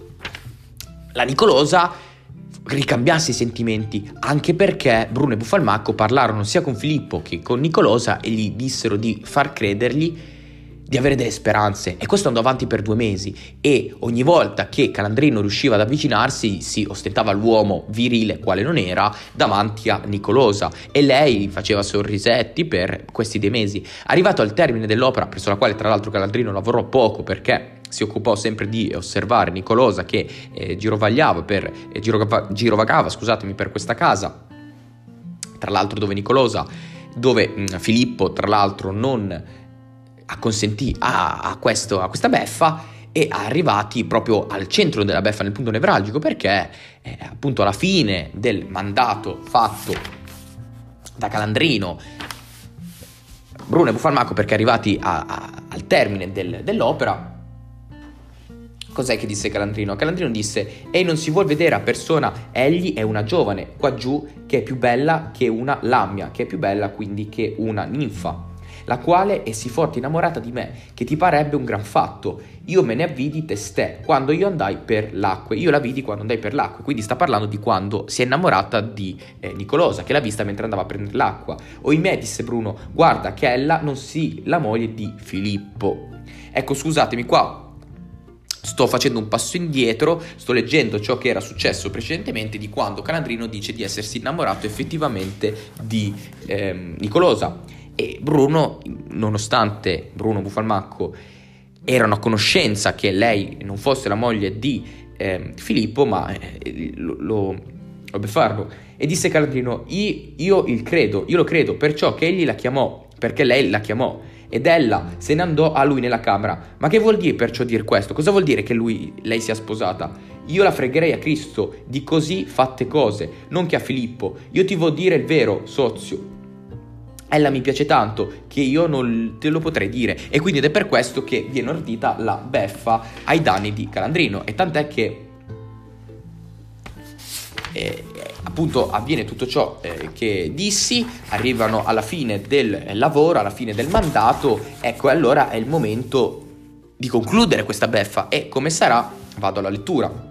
la Nicolosa ricambiasse i sentimenti, anche perché Bruno e Buffalmacco parlarono sia con Filippo che con Nicolosa e gli dissero di far credergli di avere delle speranze. E questo andò avanti per due mesi, e ogni volta che Calandrino riusciva ad avvicinarsi si ostentava l'uomo virile quale non era davanti a Nicolosa, e lei faceva sorrisetti per questi dei mesi. Arrivato al termine dell'opera, presso la quale tra l'altro Calandrino lavorò poco perché si occupò sempre di osservare Nicolosa che eh, girovagliava per eh, girova, girovagava, scusatemi, per questa casa, tra l'altro dove Nicolosa, dove mh, Filippo tra l'altro non acconsentì a, a, questo, a questa beffa, e arrivati proprio al centro della beffa, nel punto nevralgico, perché eh, appunto alla fine del mandato fatto da Calandrino, Bruno e Buffalmacco, perché arrivati a, a, al termine del, dell'opera, cos'è che disse Calandrino? Calandrino disse: «Ehi, non si vuol vedere a persona, egli è una giovane qua giù che è più bella che una lamia, che è più bella quindi che una ninfa, la quale è sì forte innamorata di me, che ti parebbe un gran fatto. Io me ne avvidi testè, quando io andai per l'acque, io la vidi quando andai per l'acque». Quindi sta parlando di quando si è innamorata di eh, Nicolosa, che l'ha vista mentre andava a prendere l'acqua. «Oimè», disse Bruno, «guarda che ella non sia la moglie di Filippo». Ecco, scusatemi, qua sto facendo un passo indietro, sto leggendo ciò che era successo precedentemente, di quando Calandrino dice di essersi innamorato effettivamente di ehm, Nicolosa. E Bruno, nonostante Bruno Buffalmacco erano a conoscenza che lei non fosse la moglie di eh, Filippo, ma eh, lo, lo, lo beffardo, e disse Calandrino: io, io il credo, io lo credo, perciò che egli la chiamò, perché lei la chiamò, ed ella se ne andò a lui nella camera. Ma che vuol dire perciò dir questo? Cosa vuol dire che lui, lei sia sposata? Io la fregherei a Cristo di così fatte cose, non che a Filippo. Io ti vuol dire il vero, sozio. Ella mi piace tanto che io non te lo potrei dire, e quindi ed è per questo che viene ordita la beffa ai danni di Calandrino. E tant'è che eh, appunto avviene tutto ciò eh, che dissi, arrivano alla fine del lavoro, alla fine del mandato. Ecco, allora è il momento di concludere questa beffa, e come sarà? Vado alla lettura.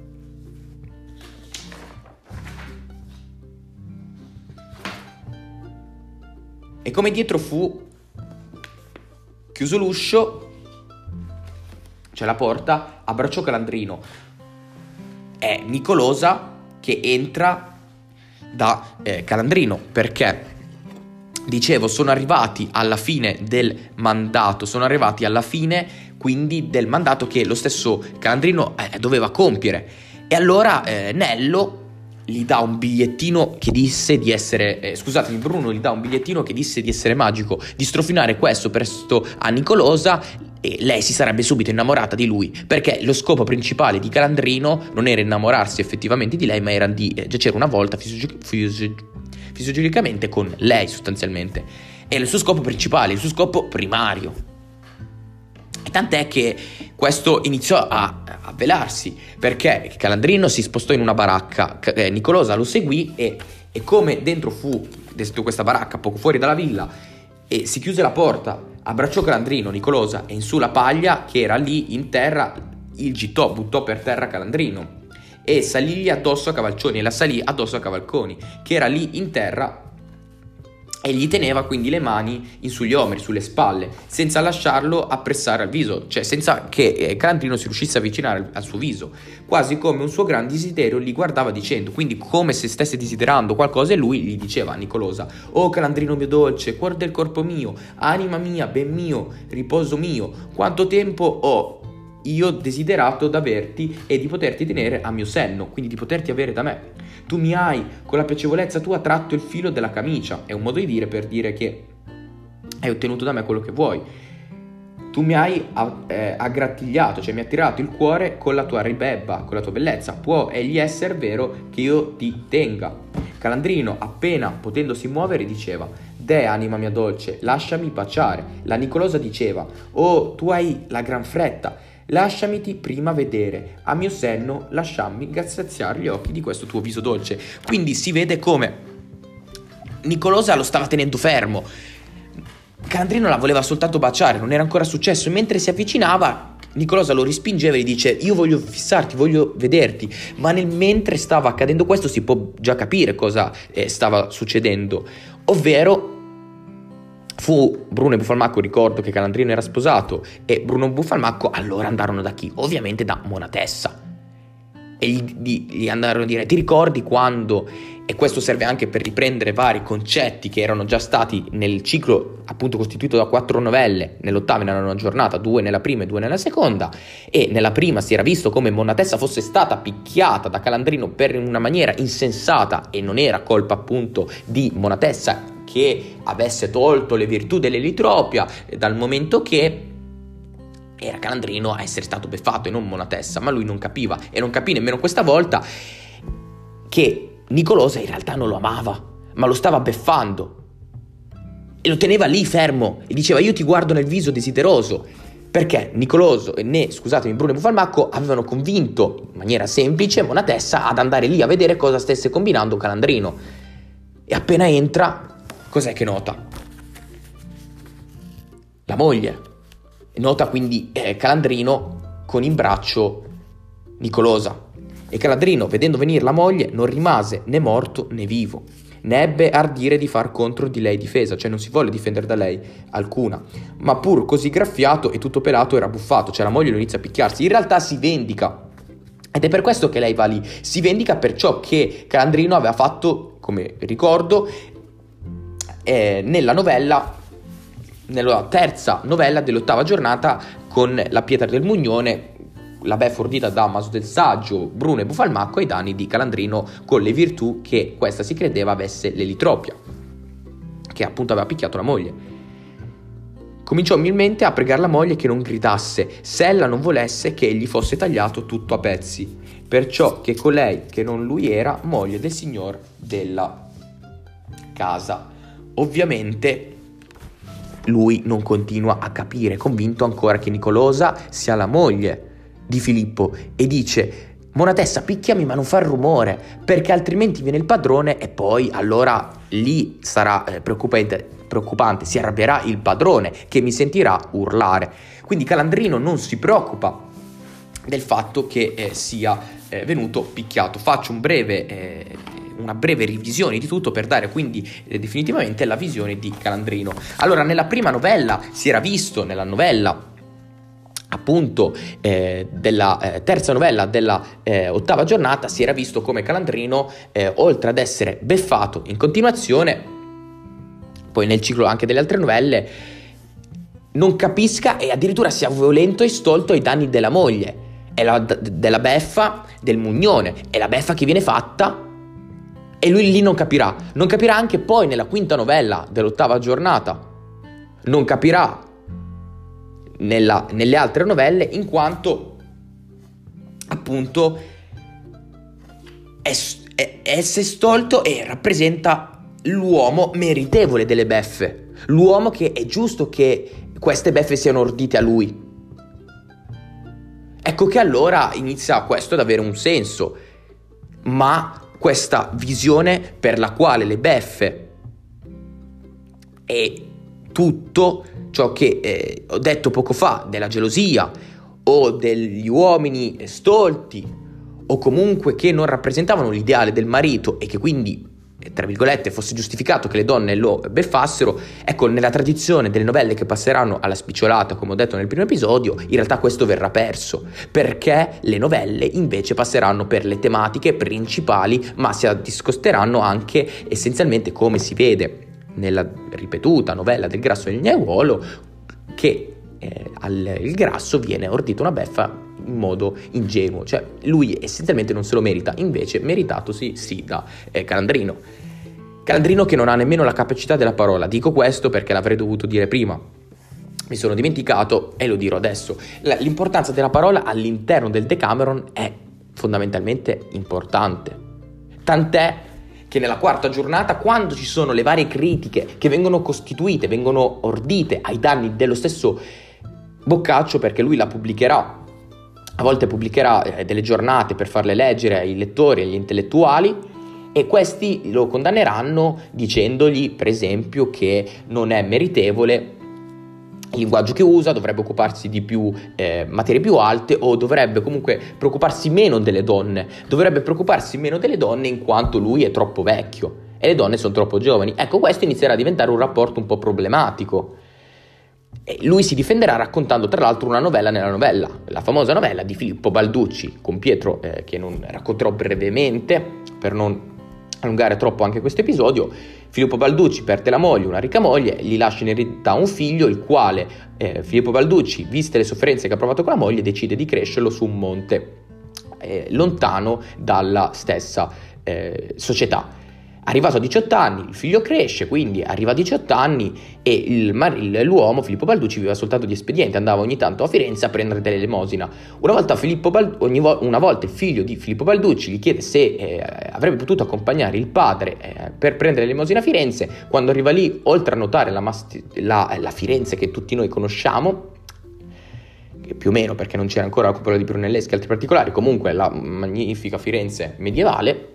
E come dietro fu chiuso l'uscio, c'è la porta, abbracciò Calandrino. È Nicolosa che entra da eh, Calandrino, perché, dicevo, sono arrivati alla fine del mandato, sono arrivati alla fine quindi del mandato che lo stesso Calandrino eh, doveva compiere. E allora eh, Nello gli dà un bigliettino che disse di essere, eh, scusatemi, Bruno gli dà un bigliettino che disse di essere magico, di strofinare questo presto a Nicolosa, e lei si sarebbe subito innamorata di lui, perché lo scopo principale di Calandrino non era innamorarsi effettivamente di lei, ma era di eh, giacere una volta fisiologi- fisiologi- fisiologicamente con lei, sostanzialmente. È il suo scopo principale, il suo scopo primario. E tant'è che questo iniziò a, a velarsi, perché Calandrino si spostò in una baracca, eh, Nicolosa lo seguì, e, e come dentro fu dentro questa baracca poco fuori dalla villa, e si chiuse la porta, abbracciò Calandrino, Nicolosa, e in su la paglia che era lì in terra il gittò, buttò per terra Calandrino e salì addosso a Cavalcioni, e la salì addosso a Cavalconi, che era lì in terra, e gli teneva quindi le mani in sugli omeri, sulle spalle, senza lasciarlo appressare al viso, cioè senza che eh, Calandrino si riuscisse a avvicinare al, al suo viso, quasi come un suo gran desiderio li guardava dicendo, quindi come se stesse desiderando qualcosa, e lui gli diceva a Nicolosa: «Oh Calandrino mio dolce, cuor del corpo mio, anima mia, ben mio, riposo mio, quanto tempo ho io desiderato d'averti e di poterti tenere a mio senno, quindi di poterti avere da me. Tu mi hai, con la piacevolezza tua, tratto il filo della camicia». È un modo di dire per dire che hai ottenuto da me quello che vuoi. Tu mi hai eh, aggratigliato, cioè mi hai tirato il cuore con la tua ribebba, con la tua bellezza. Può egli essere vero che io ti tenga. Calandrino, appena potendosi muovere, diceva: «Deh, anima mia dolce, lasciami baciare». La Nicolosa diceva: «Oh, tu hai la gran fretta, lasciamiti prima vedere, a mio senno lasciammi graziare gli occhi di questo tuo viso dolce». Quindi si vede come Nicolosa lo stava tenendo fermo, Calandrino la voleva soltanto baciare, non era ancora successo, e mentre si avvicinava Nicolosa lo respingeva e gli dice: «Io voglio fissarti, voglio vederti». Ma nel mentre stava accadendo questo si può già capire cosa eh, stava succedendo, ovvero fu Bruno e Buffalmacco, ricordo che Calandrino era sposato, e Bruno e Buffalmacco allora andarono da chi? Ovviamente da Monatessa, e gli, gli, gli andarono a dire: «Ti ricordi quando…» E questo serve anche per riprendere vari concetti che erano già stati nel ciclo appunto costituito da quattro novelle, nell'ottava e nella nona giornata, due nella prima e due nella seconda, e nella prima si era visto come Monatessa fosse stata picchiata da Calandrino per una maniera insensata, e non era colpa appunto di Monatessa che avesse tolto le virtù dell'elitropia, dal momento che era Calandrino a essere stato beffato e non Monatessa, ma lui non capiva, e non capì nemmeno questa volta che Nicolosa in realtà non lo amava, ma lo stava beffando, e lo teneva lì fermo e diceva: «Io ti guardo nel viso desideroso», perché Nicoloso e né, scusatemi, Bruno e Buffalmacco avevano convinto in maniera semplice Monatessa ad andare lì a vedere cosa stesse combinando Calandrino. E appena entra, cos'è che nota? La moglie. Nota quindi eh, Calandrino con in braccio Nicolosa. E Calandrino, vedendo venire la moglie, non rimase né morto né vivo, né ebbe ardire di far contro di lei difesa, cioè non si volle difendere da lei alcuna, ma pur così graffiato e tutto pelato era buffato, cioè la moglie lo inizia a picchiarsi, in realtà si vendica, ed è per questo che lei va lì, si vendica per ciò che Calandrino aveva fatto, come ricordo, eh, nella novella, nella terza novella dell'ottava giornata, con la pietra del Mugnone, la beffa ordita da Maso del Saggio, Bruno e Buffalmacco ai danni di Calandrino, con le virtù che questa si credeva avesse l'elitropia, che appunto aveva picchiato la moglie. Cominciò umilmente a pregare la moglie che non gridasse, se ella non volesse che egli fosse tagliato tutto a pezzi, perciò che colei che non lui era moglie del signor della casa. Ovviamente lui non continua a capire, convinto ancora che Nicolosa sia la moglie di Filippo, e dice: «Monatessa, picchiami ma non far rumore, perché altrimenti viene il padrone e poi allora lì sarà eh, preoccupante, preoccupante, si arrabbierà il padrone che mi sentirà urlare». Quindi Calandrino non si preoccupa del fatto che eh, sia eh, venuto picchiato. Faccio un breve, eh, una breve revisione di tutto per dare quindi eh, definitivamente la visione di Calandrino. Allora, nella prima novella si era visto, nella novella appunto eh, della eh, terza novella della eh, ottava giornata, si era visto come Calandrino eh, oltre ad essere beffato in continuazione, poi nel ciclo anche delle altre novelle, non capisca e addirittura sia violento e stolto ai danni della moglie, e la, d- della beffa del Mugnone, è la beffa che viene fatta, e lui lì non capirà non capirà anche poi nella quinta novella dell'ottava giornata, non capirà Nella, nelle altre novelle, in quanto appunto è, è, è stolto e rappresenta l'uomo meritevole delle beffe, l'uomo che è giusto che queste beffe siano ordite a lui. Ecco che allora inizia questo ad avere un senso, ma questa visione per la quale le beffe e tutto ciò che eh, ho detto poco fa della gelosia o degli uomini stolti o comunque che non rappresentavano l'ideale del marito e che quindi, tra virgolette, fosse giustificato che le donne lo beffassero, ecco, nella tradizione delle novelle che passeranno alla spicciolata, come ho detto nel primo episodio, in realtà questo verrà perso, perché le novelle invece passeranno per le tematiche principali, ma si discosteranno anche essenzialmente, come si vede nella ripetuta novella del Grasso e il Gnaiuolo, che eh, al il Grasso viene ordita una beffa in modo ingenuo, cioè lui essenzialmente non se lo merita, invece meritatosi sì da eh, Calandrino. Calandrino che non ha nemmeno la capacità della parola. Dico questo perché l'avrei dovuto dire prima, mi sono dimenticato e lo dirò adesso. L'importanza della parola all'interno del Decameron è fondamentalmente importante, tant'è che nella quarta giornata, quando ci sono le varie critiche che vengono costituite, vengono ordite ai danni dello stesso Boccaccio, perché lui la pubblicherà, a volte pubblicherà eh, delle giornate per farle leggere ai lettori, agli intellettuali, e questi lo condanneranno dicendogli, per esempio, che non è meritevole il linguaggio che usa, dovrebbe occuparsi di più eh, materie più alte, o dovrebbe comunque preoccuparsi meno delle donne, dovrebbe preoccuparsi meno delle donne in quanto lui è troppo vecchio e le donne sono troppo giovani. Ecco, questo inizierà a diventare un rapporto un po' problematico. E lui si difenderà raccontando tra l'altro una novella nella novella, la famosa novella di Filippo Balducci con Pietro, eh, che non racconterò brevemente per non allungare troppo anche questo episodio. Filippo Balducci perde la moglie, una ricca moglie, gli lascia in eredità un figlio, il quale eh, Filippo Balducci, viste le sofferenze che ha provato con la moglie, decide di crescerlo su un monte eh, lontano dalla stessa eh, società. Arrivato a diciotto anni, il figlio cresce, quindi arriva a diciotto anni e il, il, l'uomo, Filippo Balducci, viveva soltanto di espediente, andava ogni tanto a Firenze a prendere dell'elemosina. Una volta, Filippo Bald- ogni vo- una volta il figlio di Filippo Balducci gli chiede se eh, avrebbe potuto accompagnare il padre eh, per prendere l'elemosina a Firenze. Quando arriva lì, oltre a notare la, masti- la, la Firenze che tutti noi conosciamo, che più o meno perché non c'era ancora la cupola di Brunelleschi e altri particolari, comunque la magnifica Firenze medievale,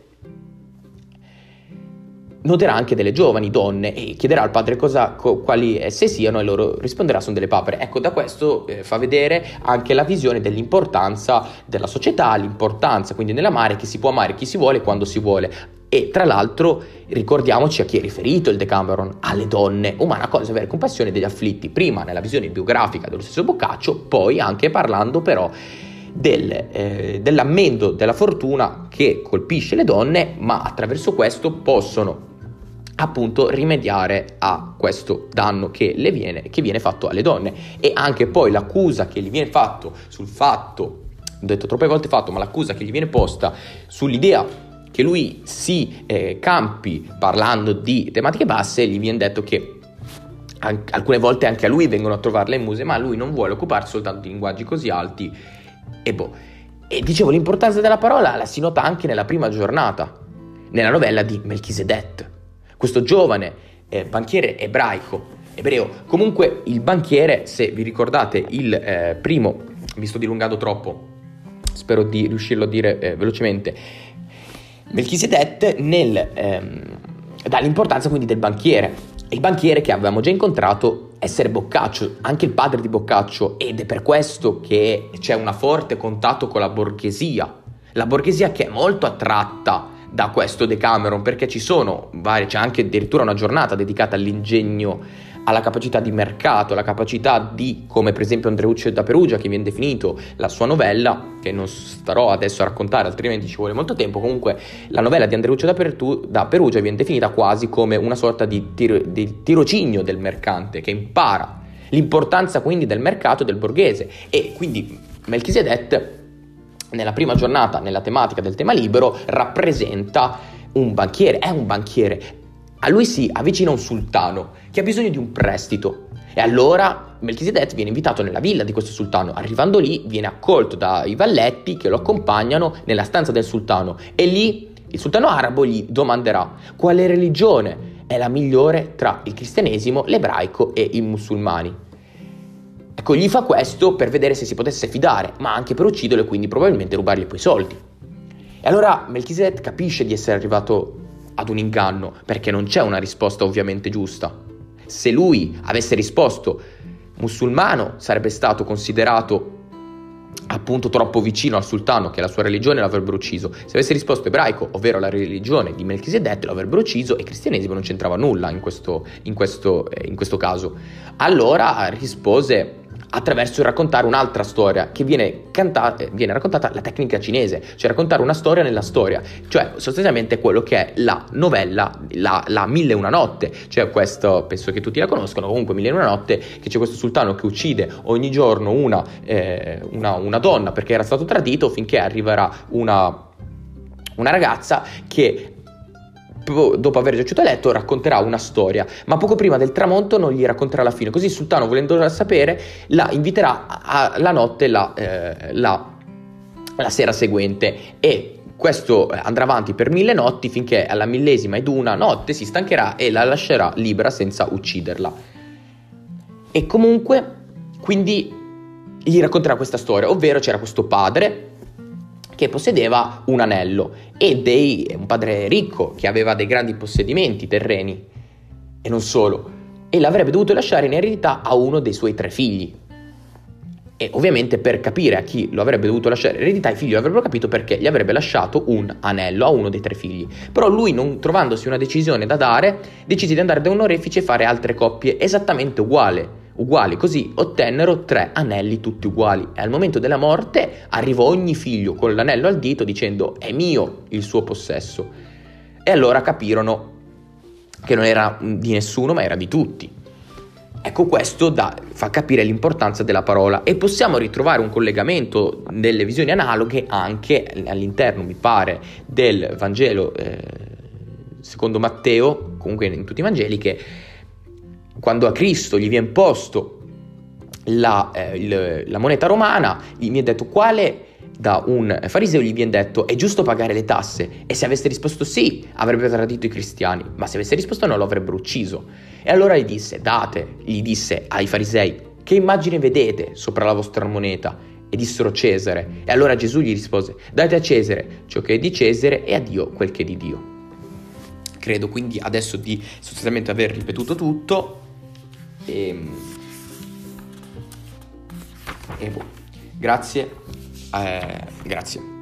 noterà anche delle giovani donne e chiederà al padre cosa, co, quali esse siano, e loro risponderà sono delle papere. Ecco, da questo eh, fa vedere anche la visione dell'importanza della società, l'importanza quindi nell'amare, che si può amare chi si vuole quando si vuole. E tra l'altro ricordiamoci a chi è riferito il Decameron: alle donne. Umana cosa avere compassione degli afflitti, prima nella visione biografica dello stesso Boccaccio, poi anche parlando però Del, eh, dell'ammendo della fortuna che colpisce le donne, ma attraverso questo possono appunto rimediare a questo danno che le viene, che viene fatto alle donne. E anche poi l'accusa che gli viene fatto sul fatto, ho detto troppe volte fatto, ma l'accusa che gli viene posta sull'idea che lui si eh, campi parlando di tematiche basse, gli viene detto che an- alcune volte anche a lui vengono a trovare le muse, ma lui non vuole occuparsi soltanto di linguaggi così alti. E boh, e dicevo, l'importanza della parola la si nota anche nella prima giornata, nella novella di Melchisedec, questo giovane eh, banchiere ebraico, ebreo. Comunque il banchiere, se vi ricordate il eh, primo, mi sto dilungando troppo, spero di riuscirlo a dire eh, velocemente, Melchisedec nel, ehm, dà l'importanza quindi del banchiere. Il banchiere che avevamo già incontrato essere Boccaccio, anche il padre di Boccaccio, ed è per questo che c'è un forte contatto con la borghesia, la borghesia che è molto attratta da questo Decameron, perché ci sono varie, c'è anche addirittura una giornata dedicata all'ingegno, alla capacità di mercato, alla capacità di, come per esempio Andreuccio da Perugia, che viene definito la sua novella, che non starò adesso a raccontare altrimenti ci vuole molto tempo. Comunque la novella di Andreuccio da, Pertu- da Perugia viene definita quasi come una sorta di, tiro- di tirocinio del mercante, che impara l'importanza quindi del mercato del borghese. E quindi Melchisedec nella prima giornata, nella tematica del tema libero, rappresenta un banchiere, è un banchiere. A lui si avvicina un sultano che ha bisogno di un prestito, e allora Melchisedec viene invitato nella villa di questo sultano. Arrivando lì viene accolto dai valletti che lo accompagnano nella stanza del sultano, e lì il sultano arabo gli domanderà quale religione è la migliore tra il cristianesimo, l'ebraico e i musulmani. Ecco, gli fa questo per vedere se si potesse fidare, ma anche per ucciderlo e quindi probabilmente rubargli poi i soldi. E allora Melchisedec capisce di essere arrivato ad un inganno, perché non c'è una risposta ovviamente giusta. se lui avesse risposto musulmano sarebbe stato considerato appunto troppo vicino al sultano, che la sua religione l'avrebbero ucciso. Se avesse risposto ebraico, ovvero la religione di Melchisedette, l'avrebbero ucciso, e il cristianesimo non c'entrava nulla in questo, in questo, eh, in questo caso. Allora rispose attraverso il raccontare un'altra storia che viene, cantata, viene raccontata la tecnica cinese, cioè raccontare una storia nella storia, cioè sostanzialmente quello che è la novella, la, la Mille e una notte, cioè questo, penso che tutti la conoscono, comunque Mille e una notte, che c'è questo sultano che uccide ogni giorno una, eh, una, una donna perché era stato tradito, finché arriverà una, una ragazza che dopo aver giaciuto a letto racconterà una storia, ma poco prima del tramonto non gli racconterà la fine, così il sultano, volendola sapere, la inviterà alla notte la, eh, la, la sera seguente, e questo andrà avanti per mille notti finché alla millesima ed una notte si stancherà e la lascerà libera senza ucciderla. E comunque quindi gli racconterà questa storia, ovvero c'era questo padre che possedeva un anello e dei, un padre ricco che aveva dei grandi possedimenti terreni, e non solo, e l'avrebbe dovuto lasciare in eredità a uno dei suoi tre figli. E ovviamente, per capire a chi lo avrebbe dovuto lasciare in eredità, i figli lo avrebbero capito, perché gli avrebbe lasciato un anello a uno dei tre figli. Però lui, non trovandosi una decisione da dare, decise di andare da un orefice e fare altre coppie esattamente uguali. uguali, così ottennero tre anelli tutti uguali, e al momento della morte arrivò ogni figlio con l'anello al dito dicendo: è mio il suo possesso. E allora capirono che non era di nessuno ma era di tutti. Ecco, questo da, fa capire l'importanza della parola, e possiamo ritrovare un collegamento nelle visioni analoghe anche all'interno, mi pare, del Vangelo eh, secondo Matteo, comunque in tutti i Vangeli, che quando a Cristo gli viene posto la, eh, il, la moneta romana, gli viene detto quale, da un fariseo gli viene detto: è giusto pagare le tasse? E se avesse risposto sì, avrebbe tradito i cristiani, ma se avesse risposto no, lo avrebbero ucciso. E allora gli disse, date, gli disse ai farisei: che immagine vedete sopra la vostra moneta? E dissero: Cesare. E allora Gesù gli rispose: date a Cesare ciò che è di Cesare e a Dio quel che è di Dio. Credo quindi adesso di sostanzialmente aver ripetuto tutto. E, e boh. Grazie, eh, grazie.